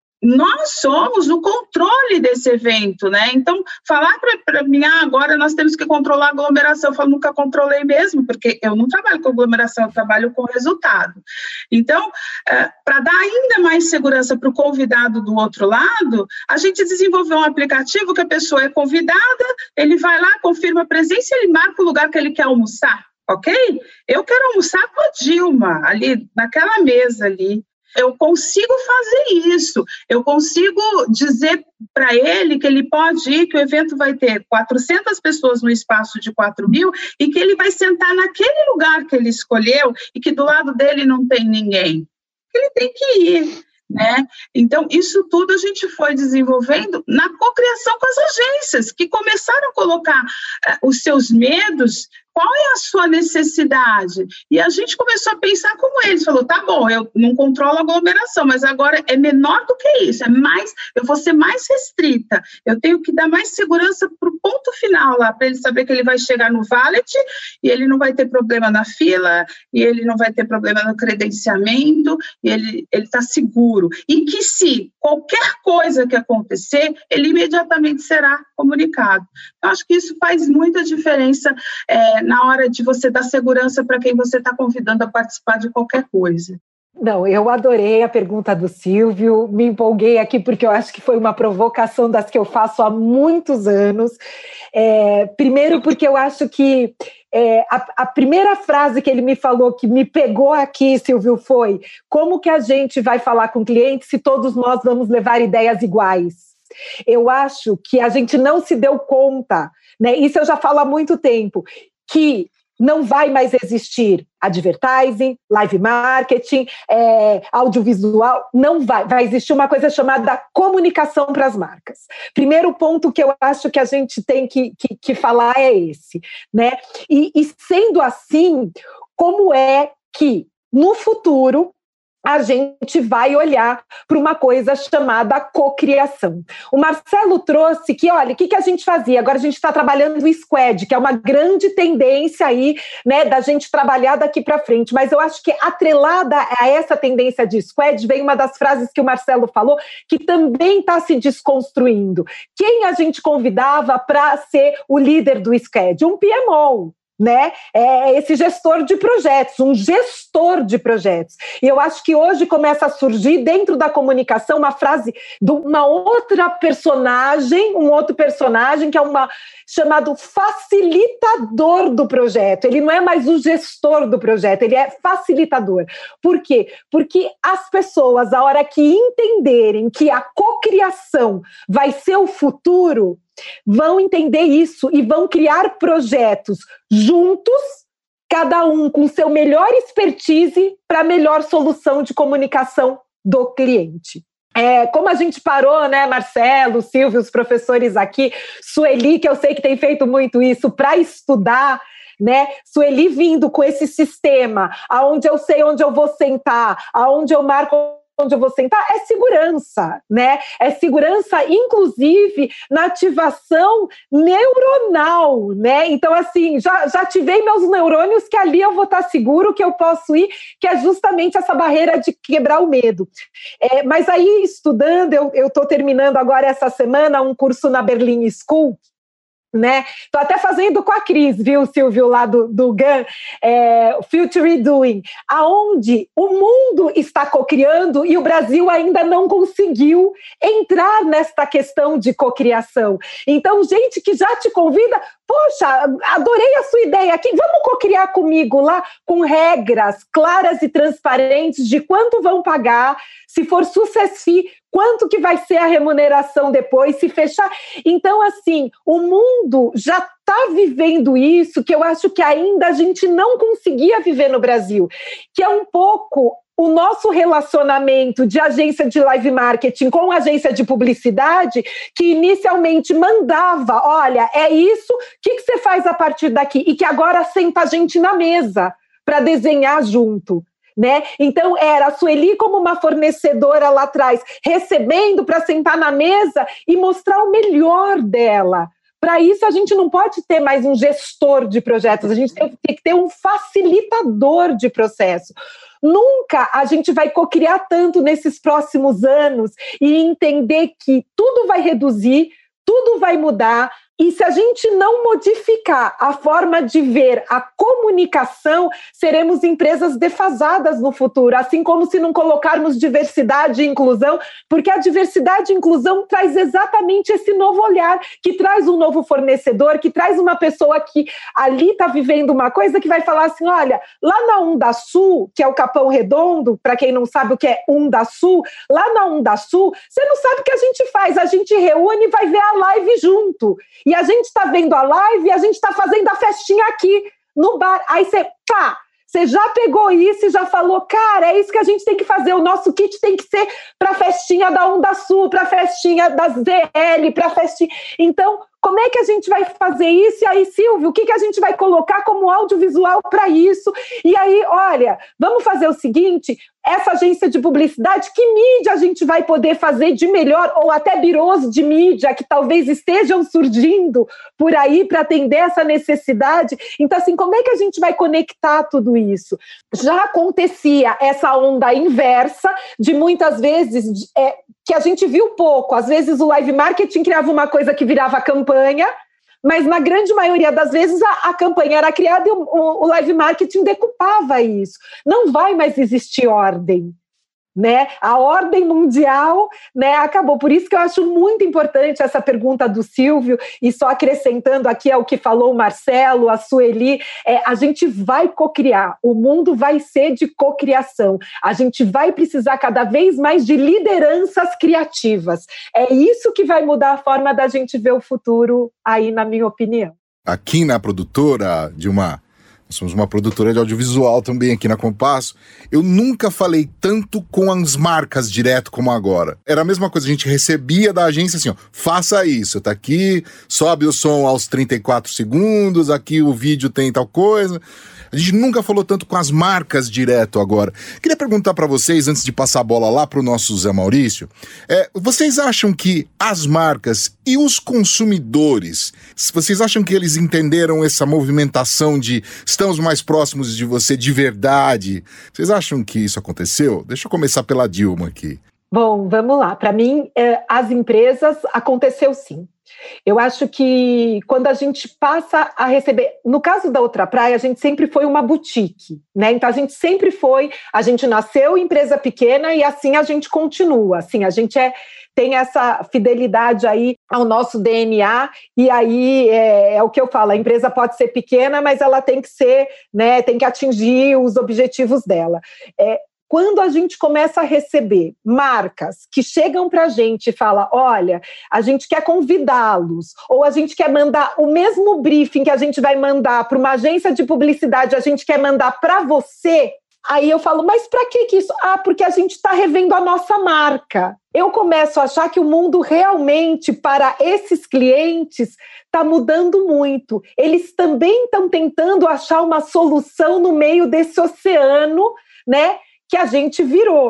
nós somos o controle desse evento, né? Então, falar para mim, ah, agora nós temos que controlar a aglomeração, eu falo, nunca controlei mesmo, porque eu não trabalho com aglomeração, eu trabalho com resultado. Então, é, para dar ainda mais segurança para o convidado do outro lado, a gente desenvolveu um aplicativo que a pessoa é convidada, ele vai lá, confirma a presença e ele marca o lugar que ele quer almoçar, ok? Eu quero almoçar com a Dilma, ali, naquela mesa ali. Eu consigo fazer isso, eu consigo dizer para ele que ele pode ir, que o evento vai ter quatrocentas pessoas no espaço de quatro mil e que ele vai sentar naquele lugar que ele escolheu e que do lado dele não tem ninguém. Ele tem que ir, né? Então, isso tudo a gente foi desenvolvendo na cocriação com as agências, que começaram a colocar uh, os seus medos. Qual é a sua necessidade? E a gente começou a pensar como eles. Falou, tá bom, eu não controlo a aglomeração, mas agora é menor do que isso. É mais, eu vou ser mais restrita. Eu tenho que dar mais segurança para o ponto final lá, para ele saber que ele vai chegar no valet e ele não vai ter problema na fila, e ele não vai ter problema no credenciamento, e ele está seguro. E que se qualquer coisa que acontecer, ele imediatamente será comunicado. Eu acho que isso faz muita diferença é, na hora de você dar segurança para quem você está convidando a participar de qualquer coisa. Não, eu adorei a pergunta do Silvio, me empolguei aqui porque eu acho que foi uma provocação das que eu faço há muitos anos. É, primeiro porque eu acho que é, a, a primeira frase que ele me falou, que me pegou aqui, Silvio, foi: como que a gente vai falar com o cliente se todos nós vamos levar ideias iguais? Eu acho que a gente não se deu conta, né? Isso eu já falo há muito tempo, que não vai mais existir advertising, live marketing, é, audiovisual, não vai. Vai existir uma coisa chamada comunicação para as marcas. Primeiro ponto que eu acho que a gente tem que, que, que falar é esse, né? E, e sendo assim, como é que no futuro a gente vai olhar para uma coisa chamada cocriação. O Marcelo trouxe que, olha, o que, que a gente fazia? Agora a gente está trabalhando o squad, que é uma grande tendência aí, né, da gente trabalhar daqui para frente, mas eu acho que atrelada a essa tendência de squad vem uma das frases que o Marcelo falou, que também está se desconstruindo. Quem a gente convidava para ser o líder do squad? Um P M O. Né? É esse gestor de projetos, um gestor de projetos. E eu acho que hoje começa a surgir dentro da comunicação uma frase de uma outra personagem, um outro personagem que é uma chamado facilitador do projeto. Ele não é mais o gestor do projeto, ele é facilitador. Por quê? Porque as pessoas, a hora que entenderem que a cocriação vai ser o futuro, vão entender isso e vão criar projetos juntos, cada um com seu melhor expertise para a melhor solução de comunicação do cliente. É, como a gente parou, né, Marcelo, Silvio, os professores aqui, Sueli, que eu sei que tem feito muito isso, para estudar, né, Sueli vindo com esse sistema, aonde eu sei onde eu vou sentar, aonde eu marco onde eu vou sentar, é segurança, né? É segurança, inclusive, na ativação neuronal, né? Então, assim, já, já ativei meus neurônios que ali eu vou estar seguro, que eu posso ir, que é justamente essa barreira de quebrar o medo. É, mas aí, estudando, eu estou terminando agora essa semana um curso na Berlin School, né? Tô até fazendo com a Cris, viu, Silvio, lá do, do G A N, é, Future Doing, aonde o mundo está cocriando e o Brasil ainda não conseguiu entrar nesta questão de cocriação. Então, gente que já te convida, poxa, adorei a sua ideia aqui, vamos cocriar comigo lá, com regras claras e transparentes de quanto vão pagar, se for success fee, quanto que vai ser a remuneração depois, se fechar. Então, assim, o mundo já está vivendo isso, que eu acho que ainda a gente não conseguia viver no Brasil, que é um pouco o nosso relacionamento de agência de live marketing com agência de publicidade, que inicialmente mandava, olha, é isso, o que, que você faz a partir daqui? E que agora senta a gente na mesa para desenhar junto. Né? Então era a Sueli como uma fornecedora lá atrás, recebendo para sentar na mesa e mostrar o melhor dela. Para isso a gente não pode ter mais um gestor de projetos, a gente tem, tem que ter um facilitador de processo. Nunca a gente vai cocriar tanto nesses próximos anos e entender que tudo vai reduzir, tudo vai mudar. E se a gente não modificar a forma de ver a comunicação, seremos empresas defasadas no futuro, assim como se não colocarmos diversidade e inclusão, porque a diversidade e inclusão traz exatamente esse novo olhar, que traz um novo fornecedor, que traz uma pessoa que ali está vivendo uma coisa que vai falar assim, olha, lá na Undasul, que é o Capão Redondo, para quem não sabe o que é Undasul, lá na Undasul, você não sabe o que a gente faz, a gente reúne e vai ver a live junto. E a gente está vendo a live e a gente está fazendo a festinha aqui no bar. Aí você, pá, você já pegou isso e já falou, cara, é isso que a gente tem que fazer. O nosso kit tem que ser para a festinha da Undasul, para a festinha da Z L, para a festinha... Então, como é que a gente vai fazer isso? E aí, Silvio, o que, que a gente vai colocar como audiovisual para isso? E aí, olha, vamos fazer o seguinte, essa agência de publicidade, que mídia a gente vai poder fazer de melhor, ou até birôs de mídia que talvez estejam surgindo por aí para atender essa necessidade. Então, assim, como é que a gente vai conectar tudo isso? Já acontecia essa onda inversa de muitas vezes... É, que a gente viu pouco, às vezes o live marketing criava uma coisa que virava campanha, mas na grande maioria das vezes a, a campanha era criada e o, o, o live marketing decupava isso. Não vai mais existir ordem, né? A ordem mundial, né, acabou. Por isso que eu acho muito importante essa pergunta do Silvio, e só acrescentando aqui ao que falou o Marcelo, a Sueli, é, a gente vai cocriar, o mundo vai ser de cocriação, a gente vai precisar cada vez mais de lideranças criativas. É isso que vai mudar a forma da gente ver o futuro aí, na minha opinião. Aqui na produtora de uma... Nós somos uma produtora de audiovisual também aqui na Compasso. Eu nunca falei tanto com as marcas direto como agora. Era a mesma coisa, a gente recebia da agência assim, ó, faça isso, tá aqui, sobe o som aos trinta e quatro segundos, aqui o vídeo tem tal coisa. A gente nunca falou tanto com as marcas direto agora. Queria perguntar para vocês, antes de passar a bola lá pro nosso Zé Maurício, é, vocês acham que as marcas e os consumidores, vocês acham que eles entenderam essa movimentação de estamos mais próximos de você de verdade? Vocês acham que isso aconteceu? Deixa eu começar pela Dilma aqui. Bom, vamos lá. Para mim, as empresas, aconteceu sim. Eu acho que quando a gente passa a receber... No caso da Outra Praia, a gente sempre foi uma boutique, né? Então, a gente sempre foi... A gente nasceu empresa pequena e assim a gente continua. Assim, a gente é, tem essa fidelidade aí ao nosso D N A e aí é, é o que eu falo, a empresa pode ser pequena, mas ela tem que ser, né? Tem que atingir os objetivos dela. É, Quando a gente começa a receber marcas que chegam para a gente e falam, olha, a gente quer convidá-los, ou a gente quer mandar o mesmo briefing que a gente vai mandar para uma agência de publicidade, a gente quer mandar para você, Aí eu falo, mas para que isso? Ah, porque a gente está revendo a nossa marca. Eu começo a achar que o mundo realmente, para esses clientes, está mudando muito. Eles também estão tentando achar uma solução no meio desse oceano, né, que a gente virou.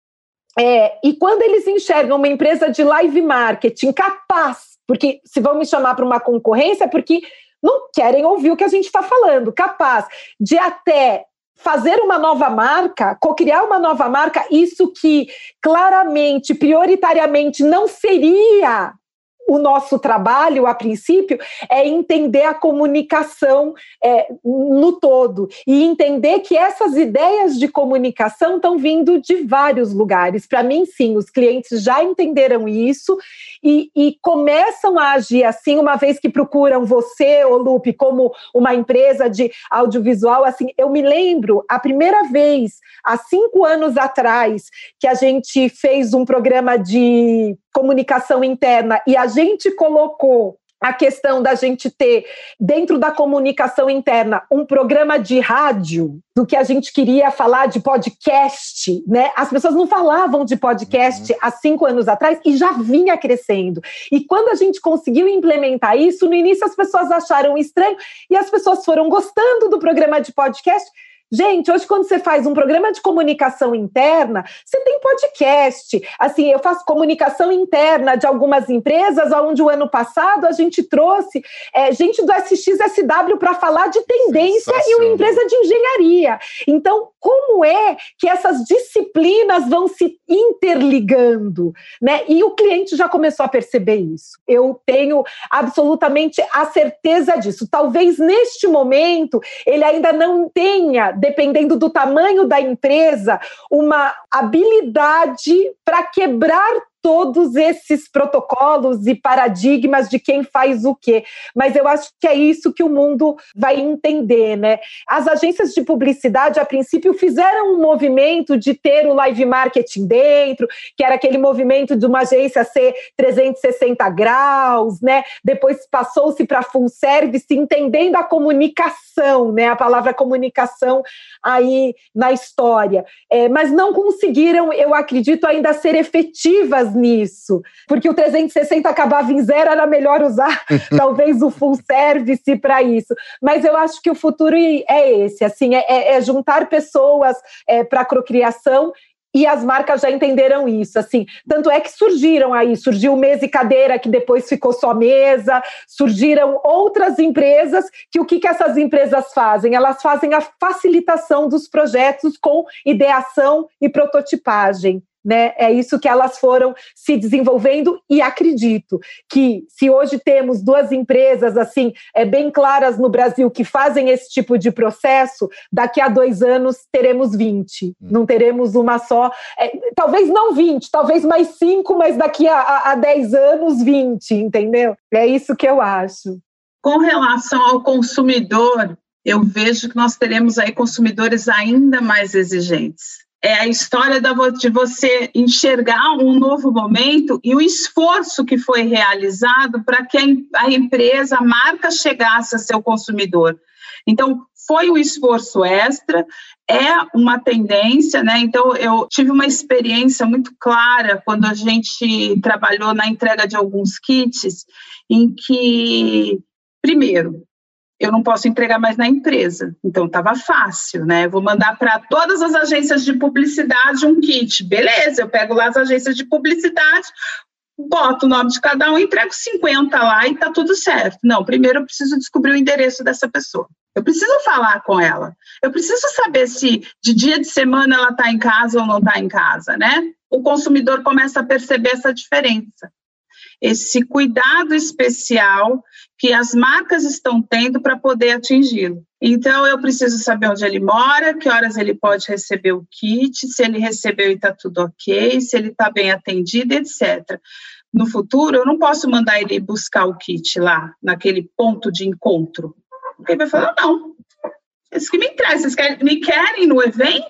É, e quando eles enxergam uma empresa de live marketing capaz, porque se vão me chamar para uma concorrência, é porque não querem ouvir o que a gente está falando, capaz de até fazer uma nova marca, cocriar uma nova marca, isso que claramente, prioritariamente não seria o nosso trabalho, a princípio, é entender a comunicação é, no todo e entender que essas ideias de comunicação estão vindo de vários lugares. Para mim, sim, os clientes já entenderam isso e, e começam a agir assim, uma vez que procuram você, ô Lupe, como uma empresa de audiovisual. Assim, eu me lembro, a primeira vez, há cinco anos atrás, que a gente fez um programa de comunicação interna e a gente colocou a questão da gente ter, dentro da comunicação interna, um programa de rádio, do que a gente queria falar de podcast, né? As pessoas não falavam de podcast uhum. há cinco anos atrás e já vinha crescendo. E quando a gente conseguiu implementar isso, no início as pessoas acharam estranho e as pessoas foram gostando do programa de podcast. Gente, hoje quando você faz um programa de comunicação interna, você tem podcast. Assim, eu faço comunicação interna de algumas empresas, onde o ano passado a gente trouxe é, gente do S X S W para falar de tendência em uma empresa de engenharia. Então, como é que essas disciplinas vão se interligando, né? E o cliente já começou a perceber isso. Eu tenho absolutamente a certeza disso. Talvez neste momento ele ainda não tenha, dependendo do tamanho da empresa, uma habilidade para quebrar todos esses protocolos e paradigmas de quem faz o quê. Mas eu acho que é isso que o mundo vai entender, né? As agências de publicidade, a princípio, fizeram um movimento de ter o live marketing dentro, que era aquele movimento de uma agência ser trezentos e sessenta graus, né? Depois passou-se para full service, entendendo a comunicação, né? A palavra comunicação aí na história. É, mas não conseguiram, eu acredito, ainda ser efetivas nisso, porque o trezentos e sessenta acabava em zero, era melhor usar talvez o full service para isso, mas eu acho que o futuro é esse, assim, é, é juntar pessoas é, para a cocriação. E as marcas já entenderam isso, assim, tanto é que surgiram aí, surgiu mesa e cadeira, que depois ficou só mesa, surgiram outras empresas, que o que, que essas empresas fazem? Elas fazem a facilitação dos projetos com ideação e prototipagem, né? É isso que elas foram se desenvolvendo e acredito que se hoje temos duas empresas assim, é, bem claras no Brasil que fazem esse tipo de processo, daqui a dois anos teremos vinte, hum. não teremos uma só, é, talvez não vinte, talvez mais cinco, mas daqui a, a, a dez anos vinte, entendeu? É isso que eu acho. Com relação ao consumidor, eu vejo que nós teremos aí consumidores ainda mais exigentes. É a história de você enxergar um novo momento e o esforço que foi realizado para que a empresa, a marca chegasse a seu consumidor. Então, foi um esforço extra, é uma tendência, né? Então, eu tive uma experiência muito clara quando a gente trabalhou na entrega de alguns kits, em que, primeiro, eu não posso entregar mais na empresa, então estava fácil, né? Vou mandar para todas as agências de publicidade um kit, beleza, eu pego lá as agências de publicidade, boto o nome de cada um, entrego cinquenta lá e está tudo certo. Não, primeiro eu preciso descobrir o endereço dessa pessoa, eu preciso falar com ela, eu preciso saber se de dia de semana ela está em casa ou não está em casa, né? O consumidor começa a perceber essa diferença. Esse cuidado especial que as marcas estão tendo para poder atingi-lo. Então, eu preciso saber onde ele mora, que horas ele pode receber o kit, se ele recebeu e está tudo ok, se ele está bem atendido, etcétera. No futuro, eu não posso mandar ele buscar o kit lá, naquele ponto de encontro. Porque ele vai falar, não, esses que me entregam, vocês querem, me querem no evento?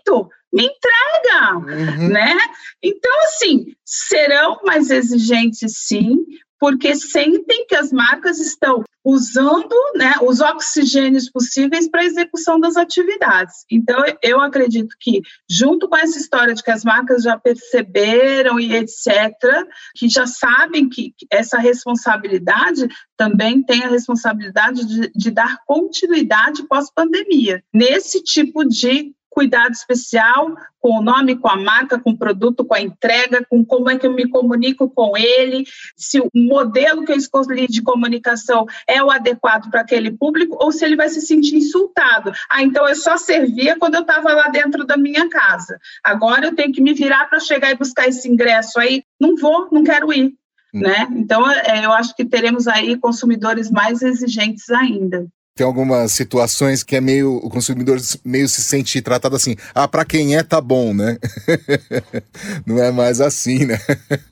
me entrega, uhum. né? Então, assim, serão mais exigentes, sim, porque sentem que as marcas estão usando, né, os oxigênios possíveis para a execução das atividades. Então, eu acredito que, junto com essa história de que as marcas já perceberam e etcétera, que já sabem que essa responsabilidade também tem a responsabilidade de, de dar continuidade pós-pandemia, nesse tipo de cuidado especial com o nome, com a marca, com o produto, com a entrega, com como é que eu me comunico com ele, se o modelo que eu escolhi de comunicação é o adequado para aquele público ou se ele vai se sentir insultado. Ah, então eu só servia quando eu estava lá dentro da minha casa. Agora eu tenho que me virar para chegar e buscar esse ingresso aí. Não vou, não quero ir. Hum. Né? Então é, eu acho que teremos aí consumidores mais exigentes ainda. Tem algumas situações que é meio, o consumidor meio se sente tratado assim, ah, pra quem é, tá bom, né? Não é mais assim, né?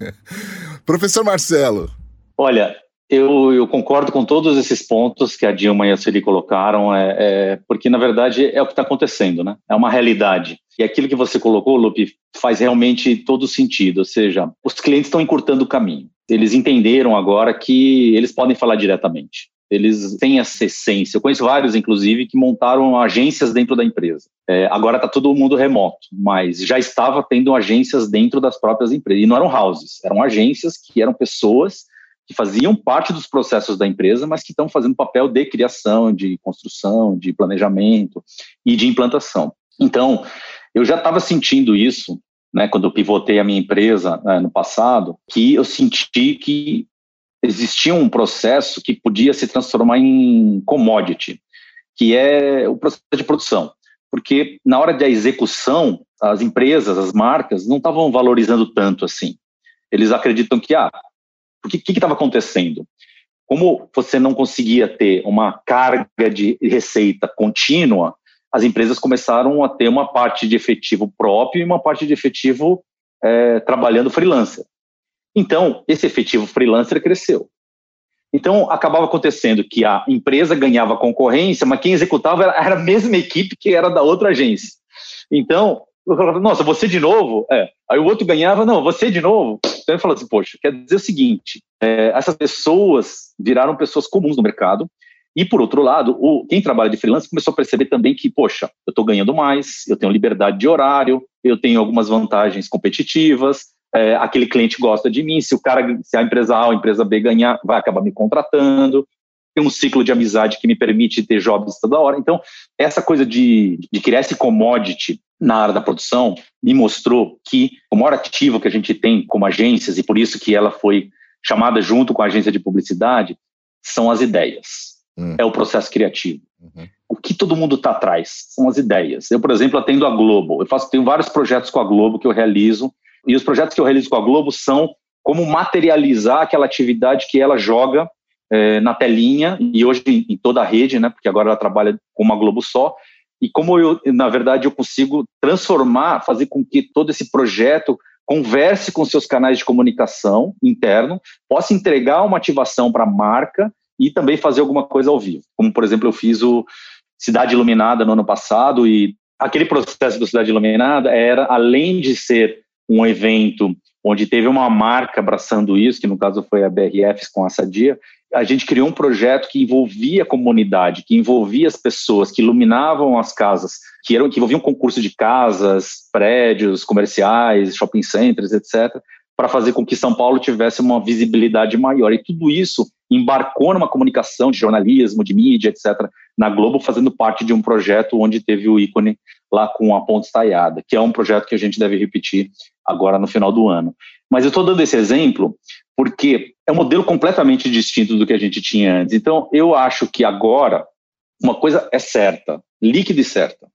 Professor Marcelo. Olha, eu, eu concordo com todos esses pontos que a Dilma e a Sueli colocaram, é, é, porque, na verdade, é o que está acontecendo, né? É uma realidade. E aquilo que você colocou, Lupe, faz realmente todo sentido, ou seja, os clientes estão encurtando o caminho. Eles entenderam agora que eles podem falar diretamente. Eles têm essa essência. Eu conheço vários, inclusive, que montaram agências dentro da empresa. É, agora está todo mundo remoto, mas já estava tendo agências dentro das próprias empresas. E não eram houses, eram agências que eram pessoas que faziam parte dos processos da empresa, mas que estão fazendo papel de criação, de construção, de planejamento e de implantação. Então, eu já estava sentindo isso, né, quando eu pivotei a minha empresa, né, no passado, que eu senti que existia um processo que podia se transformar em commodity, que é o processo de produção. Porque na hora da execução, as empresas, as marcas, não estavam valorizando tanto assim. Eles acreditam que, ah, o que estava acontecendo? Como você não conseguia ter uma carga de receita contínua, as empresas começaram a ter uma parte de efetivo próprio e uma parte de efetivo é, trabalhando freelancer. Então, esse efetivo freelancer cresceu. Então, acabava acontecendo que a empresa ganhava concorrência, mas quem executava era, era a mesma equipe que era da outra agência. Então, eu falava, nossa, você de novo? É. Aí o outro ganhava, não, você de novo? Então, eu falava assim, poxa, quer dizer o seguinte, é, essas pessoas viraram pessoas comuns no mercado, e, por outro lado, o, quem trabalha de freelance começou a perceber também que, poxa, eu estou ganhando mais, eu tenho liberdade de horário, eu tenho algumas vantagens competitivas, É, aquele cliente gosta de mim, se o cara, se a empresa A ou a empresa B ganhar, vai acabar me contratando, tem um ciclo de amizade que me permite ter jobs toda hora. Então, essa coisa de, de criar esse commodity na área da produção me mostrou que o maior ativo que a gente tem como agências, e por isso que ela foi chamada junto com a agência de publicidade, são as ideias. Hum. É o processo criativo. Uhum. O que todo mundo está atrás são as ideias. Eu, por exemplo, atendo a Globo. Eu faço, tenho vários projetos com a Globo que eu realizo. E os projetos que eu realizo com a Globo são como materializar aquela atividade que ela joga é, na telinha, e hoje em, em toda a rede, né, porque agora ela trabalha com uma Globo só, e como eu, na verdade, eu consigo transformar, fazer com que todo esse projeto converse com seus canais de comunicação interno, possa entregar uma ativação para a marca e também fazer alguma coisa ao vivo. Como, por exemplo, eu fiz o Cidade Iluminada no ano passado, e aquele processo do Cidade Iluminada era, além de ser um evento onde teve uma marca abraçando isso, que no caso foi a B R F com a Sadia, a gente criou um projeto que envolvia a comunidade, que envolvia as pessoas, que iluminavam as casas, que, eram, que envolviam concurso de casas, prédios comerciais, shopping centers, etcétera, para fazer com que São Paulo tivesse uma visibilidade maior. E tudo isso embarcou numa comunicação de jornalismo, de mídia, etcétera, na Globo, fazendo parte de um projeto onde teve o ícone lá com a ponte estaiada, que é um projeto que a gente deve repetir agora no final do ano. Mas eu estou dando esse exemplo porque é um modelo completamente distinto do que a gente tinha antes. Então, eu acho que agora uma coisa é certa, líquida e certa.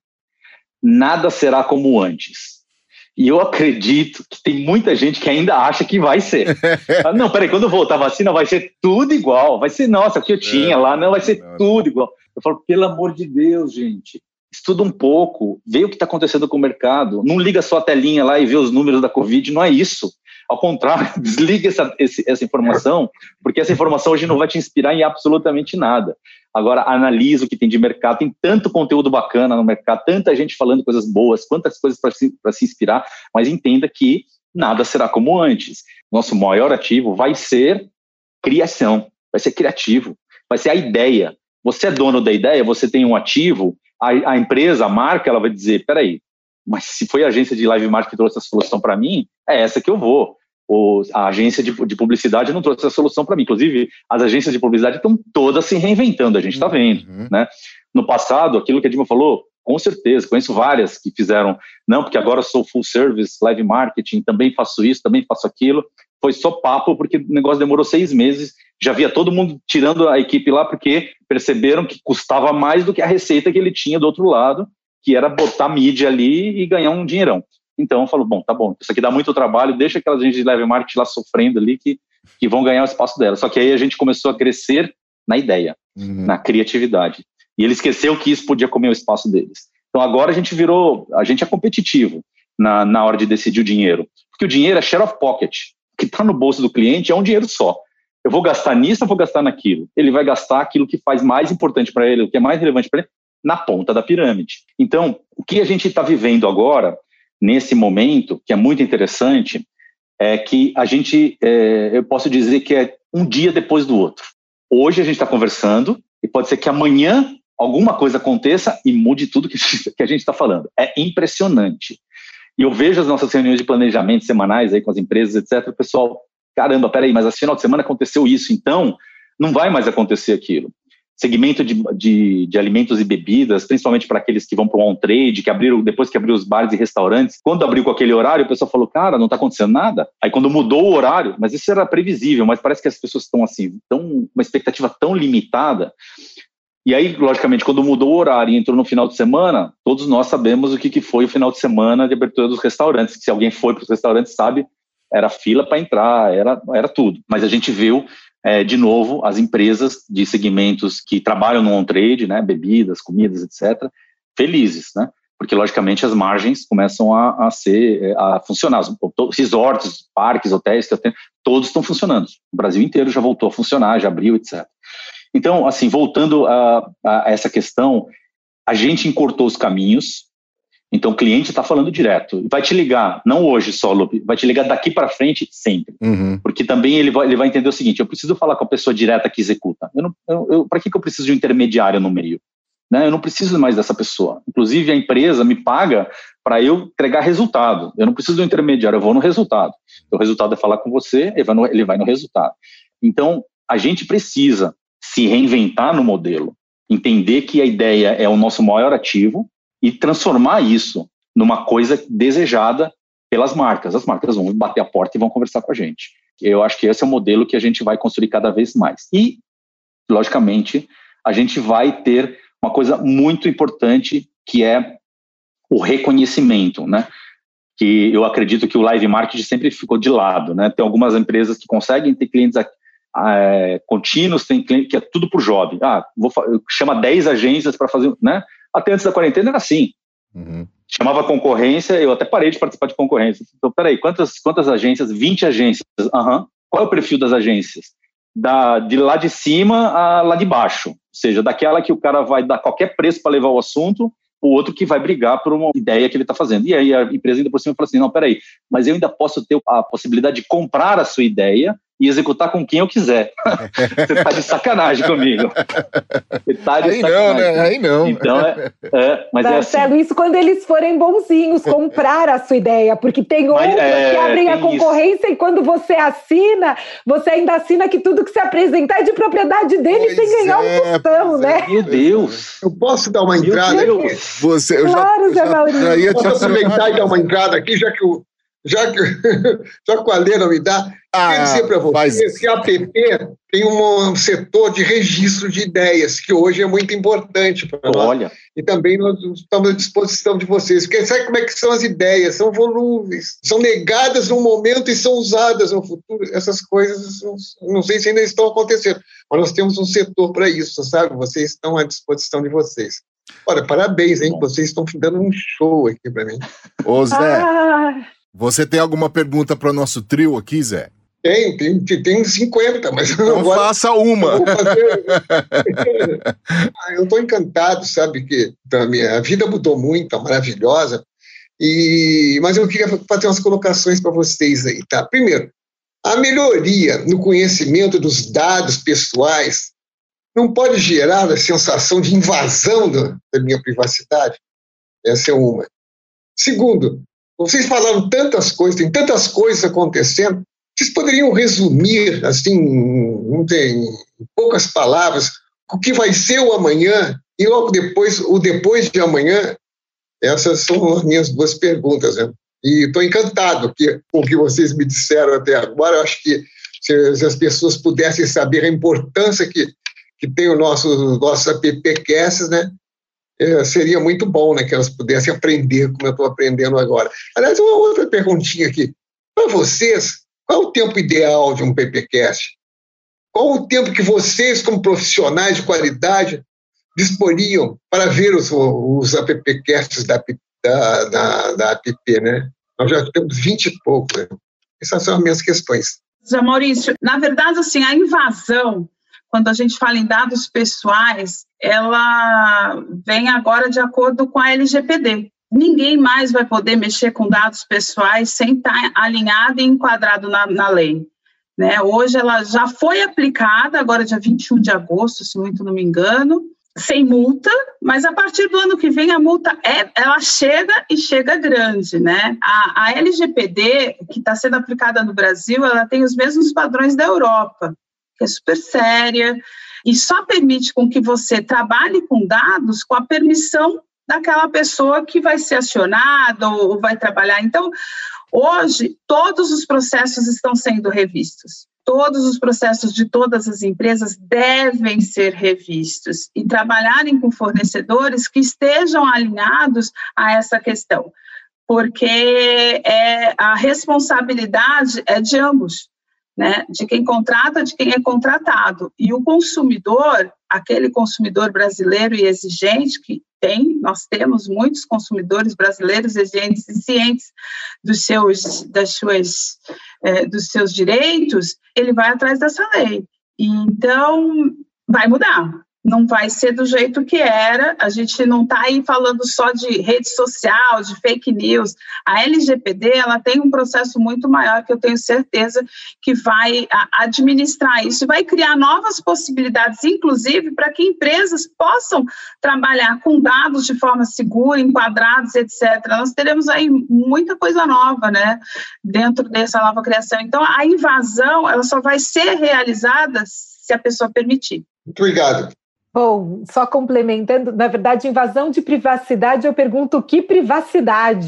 Nada será como antes. E eu acredito que tem muita gente que ainda acha que vai ser. Ah, não, peraí, quando voltar a vacina vai ser tudo igual. Vai ser, nossa, o que eu tinha é, lá, não, vai ser não, tudo igual. Eu falo, pelo amor de Deus, gente, estuda um pouco, vê o que está acontecendo com o mercado. Não liga só a telinha lá e vê os números da Covid, não é isso. Ao contrário, desliga essa, esse, essa informação, porque essa informação hoje não vai te inspirar em absolutamente nada. Agora, analisa o que tem de mercado, tem tanto conteúdo bacana no mercado, tanta gente falando coisas boas, quantas coisas para se, para se inspirar, mas entenda que nada será como antes. Nosso maior ativo vai ser criação, vai ser criativo, vai ser a ideia. Você é dono da ideia, você tem um ativo, a, a empresa, a marca, ela vai dizer, peraí, mas se foi a agência de live marketing que trouxe a solução para mim, é essa que eu vou. Ou a agência de, de publicidade não trouxe a solução para mim. Inclusive, as agências de publicidade estão todas se reinventando, a gente está vendo. Uhum. Né? No passado, aquilo que a Dilma falou, com certeza, conheço várias que fizeram, não, porque agora eu sou full service, live marketing, também faço isso, também faço aquilo. Foi só papo, porque o negócio demorou seis meses, já via todo mundo tirando a equipe lá, porque perceberam que custava mais do que a receita que ele tinha do outro lado, que era botar mídia ali e ganhar um dinheirão. Então, eu falo, bom, tá bom, isso aqui dá muito trabalho, deixa aquelas gente de live marketing lá sofrendo ali, que, que vão ganhar o espaço dela. Só que aí a gente começou a crescer na ideia, uhum. na criatividade. E ele esqueceu que isso podia comer o espaço deles. Então, agora a gente virou, a gente é competitivo na, na hora de decidir o dinheiro. Porque o dinheiro é share of pocket. O que está no bolso do cliente é um dinheiro só. Eu vou gastar nisso ou vou gastar naquilo? Ele vai gastar aquilo que faz mais importante para ele, o que é mais relevante para ele, na ponta da pirâmide. Então, o que a gente está vivendo agora, nesse momento, que é muito interessante, é que a gente, é, eu posso dizer que é um dia depois do outro. Hoje a gente está conversando e pode ser que amanhã alguma coisa aconteça e mude tudo que a gente está falando. É impressionante. E eu vejo as nossas reuniões de planejamento semanais aí com as empresas, etcétera. O pessoal, caramba, peraí, mas esse final de semana aconteceu isso, então não vai mais acontecer aquilo. Segmento de, de, de alimentos e bebidas, principalmente para aqueles que vão para o on-trade, que abriram, depois que abriu os bares e restaurantes, quando abriu com aquele horário, o pessoal falou, cara, não está acontecendo nada. Aí quando mudou o horário, mas isso era previsível, mas parece que as pessoas estão assim, tão, uma expectativa tão limitada. E aí, logicamente, quando mudou o horário e entrou no final de semana, todos nós sabemos o que, que foi o final de semana de abertura dos restaurantes, que se alguém foi para os restaurantes sabe, era fila para entrar, era, era tudo. Mas a gente viu, é, de novo, as empresas de segmentos que trabalham no on-trade, né, bebidas, comidas, etcétera, felizes, né? Porque, logicamente, as margens começam a, a ser, a funcionar. Os resorts, parques, hotéis, todos estão funcionando. O Brasil inteiro já voltou a funcionar, já abriu, etcétera. Então, assim, voltando a, a essa questão, a gente encurtou os caminhos, então o cliente está falando direto, vai te ligar, não hoje só, Lupe, vai te ligar daqui para frente sempre, uhum. porque também ele vai, ele vai entender o seguinte, eu preciso falar com a pessoa direta que executa, eu não, eu, eu, para que, que eu preciso de um intermediário no meio? Né? Eu não preciso mais dessa pessoa, inclusive a empresa me paga para eu entregar resultado, eu não preciso de um intermediário, eu vou no resultado, o resultado é falar com você, ele vai no, ele vai no resultado. Então, a gente precisa se reinventar no modelo, entender que a ideia é o nosso maior ativo e transformar isso numa coisa desejada pelas marcas. As marcas vão bater a porta e vão conversar com a gente. Eu acho que esse é o modelo que a gente vai construir cada vez mais. E, logicamente, a gente vai ter uma coisa muito importante que é o reconhecimento, né? Que eu acredito que o live marketing sempre ficou de lado, né? Tem algumas empresas que conseguem ter clientes aqui, É, contínuos, tem cliente que é tudo por job. Ah, vou, chama dez agências para fazer, né? Até antes da quarentena era assim. Uhum. Chamava concorrência, eu até parei de participar de concorrência. Então, peraí, quantas, quantas agências? vinte agências. Uhum. Qual é o perfil das agências? Da, de lá de cima a lá de baixo. Ou seja, daquela que o cara vai dar qualquer preço para levar o assunto, o outro que vai brigar por uma ideia que ele está fazendo. E aí a empresa ainda por cima fala assim, não, peraí, mas eu ainda posso ter a possibilidade de comprar a sua ideia e executar com quem eu quiser. Você tá de sacanagem comigo. Você tá de aí sacanagem. não, né? Aí não. Então, é, é, mas Marcelo, é assim. Isso quando eles forem bonzinhos, comprar a sua ideia, porque tem mas, outros é, que abrem a concorrência isso. E quando você assina, você ainda assina que tudo que se apresentar é de propriedade dele pois sem ganhar é, um tostão, né? É. Meu Deus. Eu posso dar uma entrada aqui? Você, eu claro, já, Zé Maurício. Já, já ia posso aproveitar e dar uma entrada aqui, já que o Já que, já que a Lê não me dá, ah, quero dizer para vocês que a app tem um setor de registro de ideias, que hoje é muito importante para nós. Olha. E também nós estamos à disposição de vocês. Porque sabe como é que são as ideias? São volúveis, são negadas no momento e são usadas no futuro. Essas coisas, não sei se ainda estão acontecendo, mas nós temos um setor para isso, sabe? Vocês estão à disposição de vocês. Olha, parabéns, hein? Vocês estão dando um show aqui para mim. Ô, Zé... Ah. Você tem alguma pergunta para o nosso trio aqui, Zé? Tem, tem, tem cinquenta, mas então agora, faça uma. Eu estou encantado, sabe, que a minha vida mudou muito, é maravilhosa, e, mas eu queria fazer umas colocações para vocês aí, tá? Primeiro, a melhoria no conhecimento dos dados pessoais não pode gerar a sensação de invasão da, da minha privacidade? Essa é uma. Segundo, vocês falaram tantas coisas, tem tantas coisas acontecendo, vocês poderiam resumir, assim, não tem, em poucas palavras, o que vai ser o amanhã e logo depois, o depois de amanhã? Essas são as minhas duas perguntas, né? E estou encantado que, com o que vocês me disseram até agora. Eu acho que se, se as pessoas pudessem saber a importância que, que tem o nosso, nossos AppCasts, né? É, seria muito bom, né, que elas pudessem aprender como eu estou aprendendo agora. Aliás, uma outra perguntinha aqui. Para vocês, qual é o tempo ideal de um PPcast? Qual o tempo que vocês, como profissionais de qualidade, disporiam para ver os, os AppCasts da, da, da, da app, né? Nós já temos vinte e pouco, né? Essas são as minhas questões. Zé Maurício, na verdade, assim, a invasão, quando a gente fala em dados pessoais, ela vem agora de acordo com a L G P D. Ninguém mais vai poder mexer com dados pessoais sem estar alinhado e enquadrado na, na lei, né? Hoje ela já foi aplicada, agora dia vinte e um de agosto, se muito não me engano, sem multa, mas a partir do ano que vem a multa é, ela chega e chega grande, né? A, a L G P D, que está sendo aplicada no Brasil, ela tem os mesmos padrões da Europa, que é super séria, e só permite com que você trabalhe com dados com a permissão daquela pessoa que vai ser acionada ou vai trabalhar. Então, hoje, todos os processos estão sendo revistos. Todos os processos de todas as empresas devem ser revistos e trabalharem com fornecedores que estejam alinhados a essa questão, porque é, a responsabilidade é de ambos, né? De quem contrata, de quem é contratado. E o consumidor, aquele consumidor brasileiro e exigente que tem, nós temos muitos consumidores brasileiros exigentes e cientes dos seus, das suas, eh, dos seus direitos, ele vai atrás dessa lei. E, então, vai mudar. Não vai ser do jeito que era. A gente não está aí falando só de rede social, de fake news. A L G P D ela tem um processo muito maior que eu tenho certeza que vai administrar isso e vai criar novas possibilidades, inclusive para que empresas possam trabalhar com dados de forma segura, enquadrados, etcétera. Nós teremos aí muita coisa nova, né, dentro dessa nova criação. Então, a invasão ela só vai ser realizada se a pessoa permitir. Muito obrigado. Bom, só complementando, na verdade, invasão de privacidade, eu pergunto que privacidade?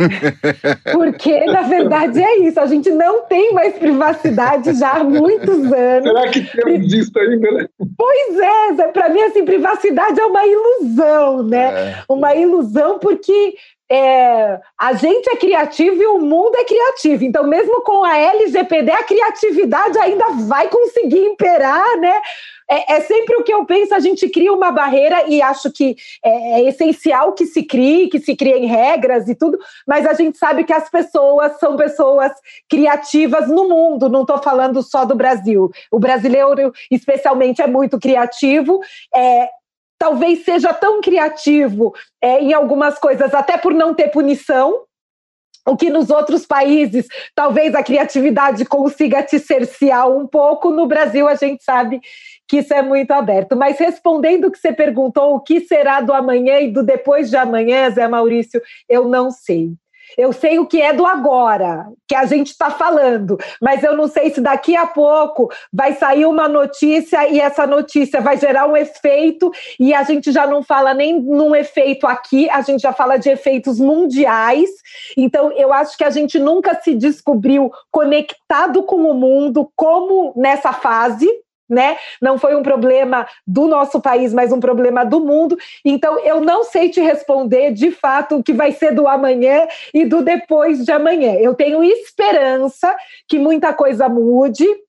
Porque, na verdade, é isso, a gente não tem mais privacidade já há muitos anos. Será que temos isso ainda, né? Pois é, para mim, assim, privacidade é uma ilusão, né? É. Uma ilusão porque é, a gente é criativo e o mundo é criativo, então mesmo com a L G P D, a criatividade ainda vai conseguir imperar, né? É, é sempre o que eu penso, a gente cria uma barreira e acho que é, é essencial que se crie, que se criem regras e tudo, mas a gente sabe que as pessoas são pessoas criativas no mundo, não estou falando só do Brasil. O brasileiro, especialmente, é muito criativo, é, talvez seja tão criativo é, em algumas coisas, até por não ter punição, o que nos outros países, talvez a criatividade consiga te cercear um pouco, no Brasil a gente sabe que isso é muito aberto. Mas respondendo o que você perguntou, o que será do amanhã e do depois de amanhã, Zé Maurício, eu não sei. Eu sei o que é do agora, que a gente está falando, mas eu não sei se daqui a pouco vai sair uma notícia e essa notícia vai gerar um efeito e a gente já não fala nem num efeito aqui, a gente já fala de efeitos mundiais. Então, eu acho que a gente nunca se descobriu conectado com o mundo como nessa fase, né? Não foi um problema do nosso país, mas um problema do mundo. Então, eu não sei te responder, de fato, o que vai ser do amanhã e do depois de amanhã. Eu tenho esperança que muita coisa mude,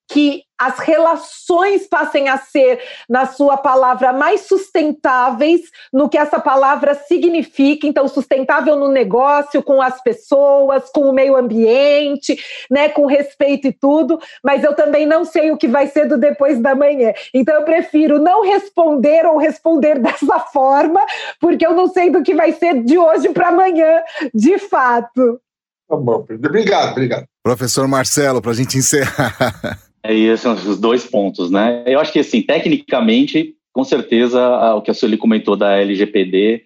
que as relações passem a ser, na sua palavra, mais sustentáveis no que essa palavra significa. Então, sustentável no negócio, com as pessoas, com o meio ambiente, né, com respeito e tudo, mas eu também não sei o que vai ser do depois da manhã. Então, eu prefiro não responder ou responder dessa forma, porque eu não sei do que vai ser de hoje para amanhã, de fato. Tá bom, obrigado, obrigado. Professor Marcelo, para a gente encerrar. É, esses são os dois pontos, né? Eu acho que, assim, tecnicamente, com certeza, o que a Sueli comentou da L G P D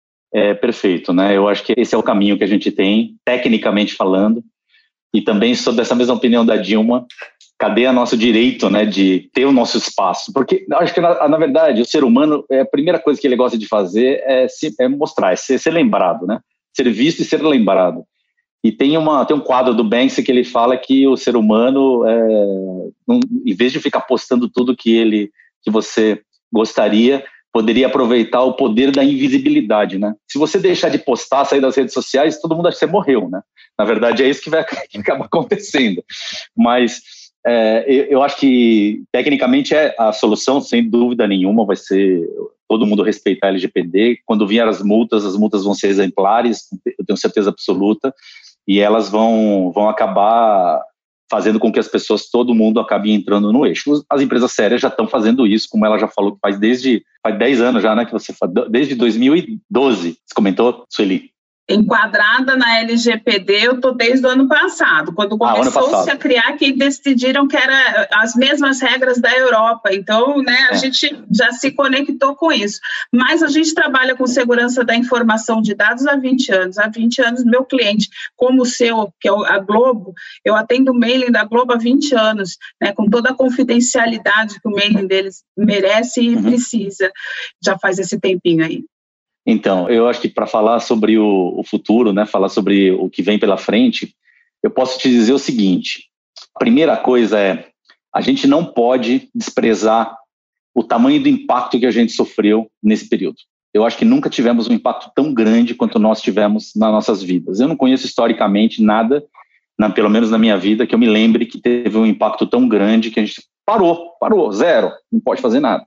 é perfeito, né? Eu acho que esse é o caminho que a gente tem, tecnicamente falando, e também sou dessa mesma opinião da Dilma. Cadê o nosso direito, né, de ter o nosso espaço? Porque eu acho que, na, na verdade, o ser humano, a primeira coisa que ele gosta de fazer é, se, é mostrar, é ser, ser lembrado, né? Ser visto e ser lembrado. E tem, uma, tem um quadro do Banksy que ele fala que o ser humano, é, um, em vez de ficar postando tudo que, ele, que você gostaria, poderia aproveitar o poder da invisibilidade, né? Se você deixar de postar, sair das redes sociais, todo mundo acha que você morreu, né? Na verdade, é isso que vai que acaba acontecendo. Mas é, eu, eu acho que, tecnicamente, é a solução, sem dúvida nenhuma, vai ser todo mundo respeitar a L G P D. Quando vier as multas, as multas vão ser exemplares, eu tenho certeza absoluta. E elas vão, vão acabar fazendo com que as pessoas, todo mundo acabe entrando no eixo. As empresas sérias já estão fazendo isso, como ela já falou, que faz desde faz dez anos já, né, que você faz, desde dois mil e doze, você comentou, Sueli? Enquadrada na L G P D, eu estou desde o ano passado, quando começou-se ah, a criar, que decidiram que eram as mesmas regras da Europa. Então, né, a é. gente já se conectou com isso. Mas a gente trabalha com segurança da informação de dados há vinte anos. Há vinte anos, meu cliente, como o seu, que é a Globo, eu atendo o mailing da Globo há vinte anos, né, com toda a confidencialidade que o mailing deles merece e uhum. precisa. Já faz esse tempinho aí. Então, eu acho que para falar sobre o, o futuro, né, falar sobre o que vem pela frente, eu posso te dizer o seguinte: a primeira coisa é, a gente não pode desprezar o tamanho do impacto que a gente sofreu nesse período. Eu acho que nunca tivemos um impacto tão grande quanto nós tivemos nas nossas vidas. Eu não conheço historicamente nada, na, pelo menos na minha vida, que eu me lembre que teve um impacto tão grande que a gente parou, parou, zero, não pode fazer nada.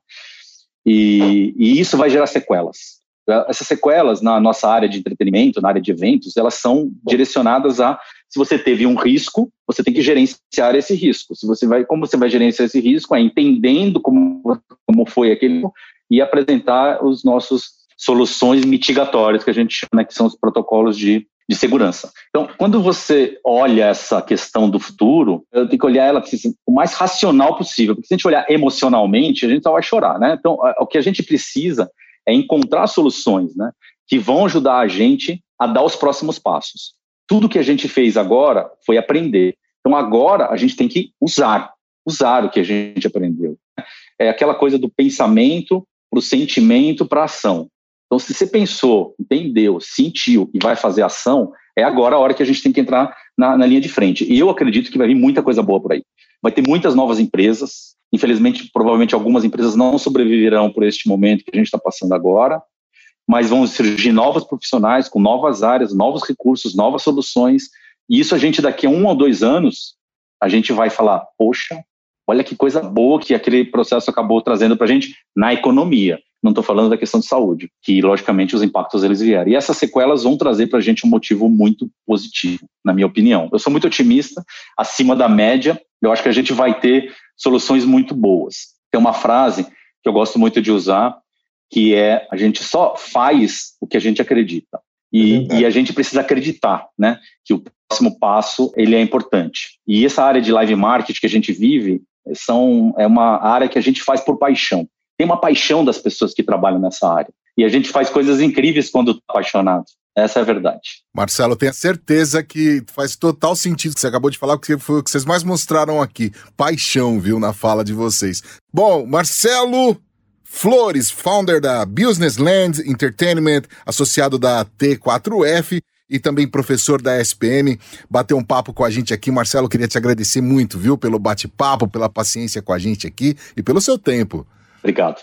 E, e isso vai gerar sequelas. Essas sequelas na nossa área de entretenimento, na área de eventos, elas são direcionadas a, se você teve um risco, você tem que gerenciar esse risco. Se você vai, como você vai gerenciar esse risco? É entendendo como, como foi aquele e apresentar os nossos soluções mitigatórias, que a gente chama, né, que são os protocolos de, de segurança. Então, quando você olha essa questão do futuro, eu tenho que olhar ela assim, o mais racional possível, porque se a gente olhar emocionalmente, a gente só vai chorar, né? Então, o que a gente precisa é encontrar soluções, né, que vão ajudar a gente a dar os próximos passos. Tudo que a gente fez agora foi aprender. Então, agora, a gente tem que usar, usar o que a gente aprendeu. É aquela coisa do pensamento para o sentimento para a ação. Então, se você pensou, entendeu, sentiu e vai fazer ação, é agora a hora que a gente tem que entrar na, na linha de frente. E eu acredito que vai vir muita coisa boa por aí. Vai ter muitas novas empresas. Infelizmente, provavelmente algumas empresas não sobreviverão por este momento que a gente está passando agora, mas vão surgir novos profissionais com novas áreas, novos recursos, novas soluções, e isso a gente daqui a um ou dois anos, a gente vai falar, poxa, olha que coisa boa que aquele processo acabou trazendo para a gente na economia. Não estou falando da questão de saúde, que logicamente os impactos eles vieram. E essas sequelas vão trazer para a gente um motivo muito positivo, na minha opinião. Eu sou muito otimista, acima da média, eu acho que a gente vai ter soluções muito boas. Tem uma frase que eu gosto muito de usar, que é, a gente só faz o que a gente acredita. E, é e a gente precisa acreditar, né, que o próximo passo ele é importante. E essa área de live marketing que a gente vive são, é uma área que a gente faz por paixão. Tem uma paixão das pessoas que trabalham nessa área. E a gente faz coisas incríveis quando está apaixonado. Essa é a verdade. Marcelo, tenho certeza que faz total sentido o que você acabou de falar, porque foi o que vocês mais mostraram aqui. Paixão, viu, na fala de vocês. Bom, Marcelo Flores, founder da Business Land Entertainment, associado da T quatro F e também professor da S P M, bateu um papo com a gente aqui. Marcelo, queria te agradecer muito, viu, pelo bate-papo, pela paciência com a gente aqui e pelo seu tempo. Obrigado.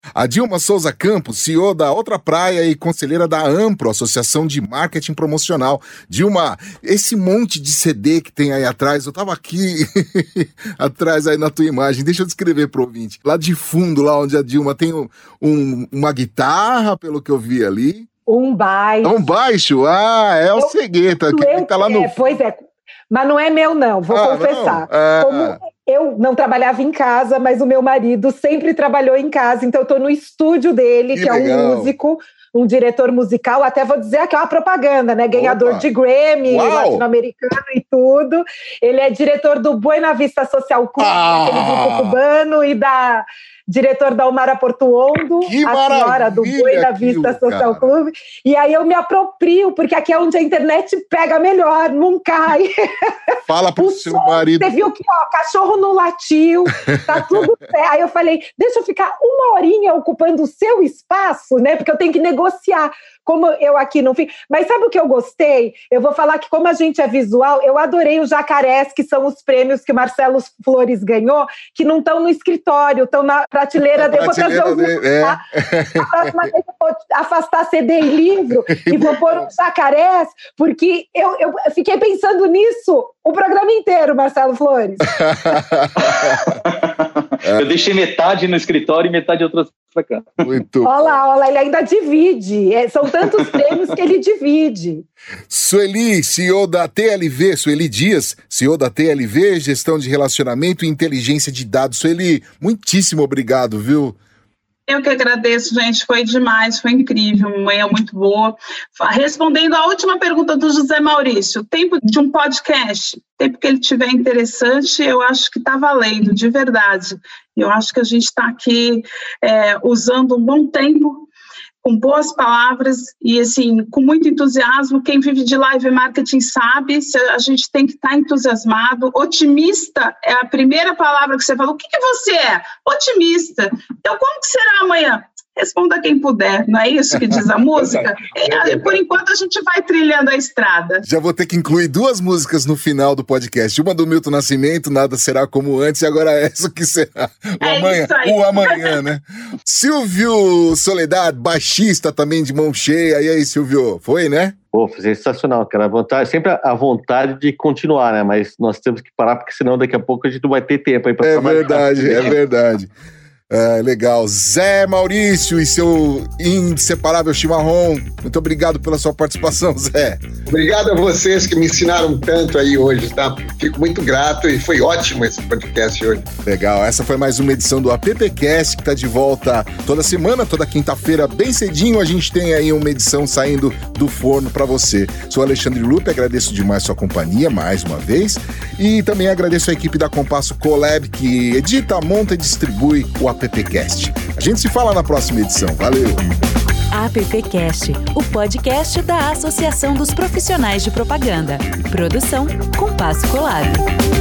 A Dilma Souza Campos, C E O da Outra Praia e conselheira da Ampro, Associação de Marketing Promocional. Dilma, esse monte de C D que tem aí atrás, eu tava aqui atrás aí na tua imagem, deixa eu descrever pro ouvinte. Lá de fundo, lá onde a Dilma tem um, um, uma guitarra, pelo que eu vi ali. Um baixo. Um baixo? Ah, é o Cegueta, que eu, tá lá no... É, pois é, mas não é meu não, vou ah, confessar. Não? Ah. Como eu não trabalhava em casa, mas o meu marido sempre trabalhou em casa, então eu tô no estúdio dele, que, que é um músico, um diretor musical, até vou dizer que é uma propaganda, né? Ganhador Opa. de Grammy, latino-americano e tudo. Ele é diretor do Buena Vista Social Club, ah. aquele grupo cubano, e da... diretor da Omara Portuondo, que a senhora do Buena Vista Social Club. E aí eu me aproprio, porque aqui é onde a internet pega melhor, não cai. Fala pro o seu som, marido. Você viu que ó, cachorro não latiu, tá tudo certo. Aí eu falei, deixa eu ficar uma horinha ocupando o seu espaço, né? Porque eu tenho que negociar. Como eu aqui não fico... Mas sabe o que eu gostei? Eu vou falar que como a gente é visual, eu adorei os jacarés, que são os prêmios que o Marcelo Flores ganhou, que não estão no escritório, estão na prateleira dele. Vou trazer os livros, é. tá? A próxima vez eu vou afastar C D e livro e vou pôr uns jacarés, porque eu, eu fiquei pensando nisso o programa inteiro, Marcelo Flores. Eu deixei metade no escritório e metade outras pra cá. Muito olha lá, olha lá, ele ainda divide. É, são tantos prêmios que ele divide. Sueli, C E O da T L V, Sueli Dias, C E O da T L V, Gestão de Relacionamento e Inteligência de Dados. Sueli, muitíssimo obrigado, viu? Eu que agradeço, gente, foi demais, foi incrível, uma manhã muito boa. Respondendo à última pergunta do José Maurício, o tempo de um podcast, o tempo que ele tiver interessante, eu acho que está valendo, de verdade. Eu acho que a gente está aqui é, usando um bom tempo, com boas palavras e, assim, com muito entusiasmo. Quem vive de live marketing sabe, a gente tem que estar entusiasmado. Otimista é a primeira palavra que você falou. O que, que você é? Otimista. Então, como que será amanhã? Responda quem puder, não é isso que diz a música? É, por enquanto a gente vai trilhando a estrada. Já vou ter que incluir duas músicas no final do podcast. Uma do Milton Nascimento, Nada Será Como Antes, e agora essa que será o é amanhã, o amanhã, né? Silvio Soledad, baixista também de mão cheia. E aí, Silvio, foi, né? Pô, sensacional, cara. A vontade, sempre a vontade de continuar, né? Mas nós temos que parar, porque senão daqui a pouco a gente não vai ter tempo aí pra É trabalhar. verdade, é verdade. É, legal. Zé Maurício e seu inseparável chimarrão, muito obrigado pela sua participação, Zé. Obrigado a vocês que me ensinaram tanto aí hoje, tá? Fico muito grato e foi ótimo esse podcast hoje. Legal, essa foi mais uma edição do AppCast, que tá de volta toda semana, toda quinta-feira, bem cedinho, a gente tem aí uma edição saindo do forno pra você. Sou Alexandre Lupe, agradeço demais sua companhia, mais uma vez, e também agradeço a equipe da Compasso Collab, que edita, monta e distribui o AppCast. AppCast. A gente se fala na próxima edição. Valeu! AppCast, o podcast da Associação dos Profissionais de Propaganda. Produção Compasso Collab.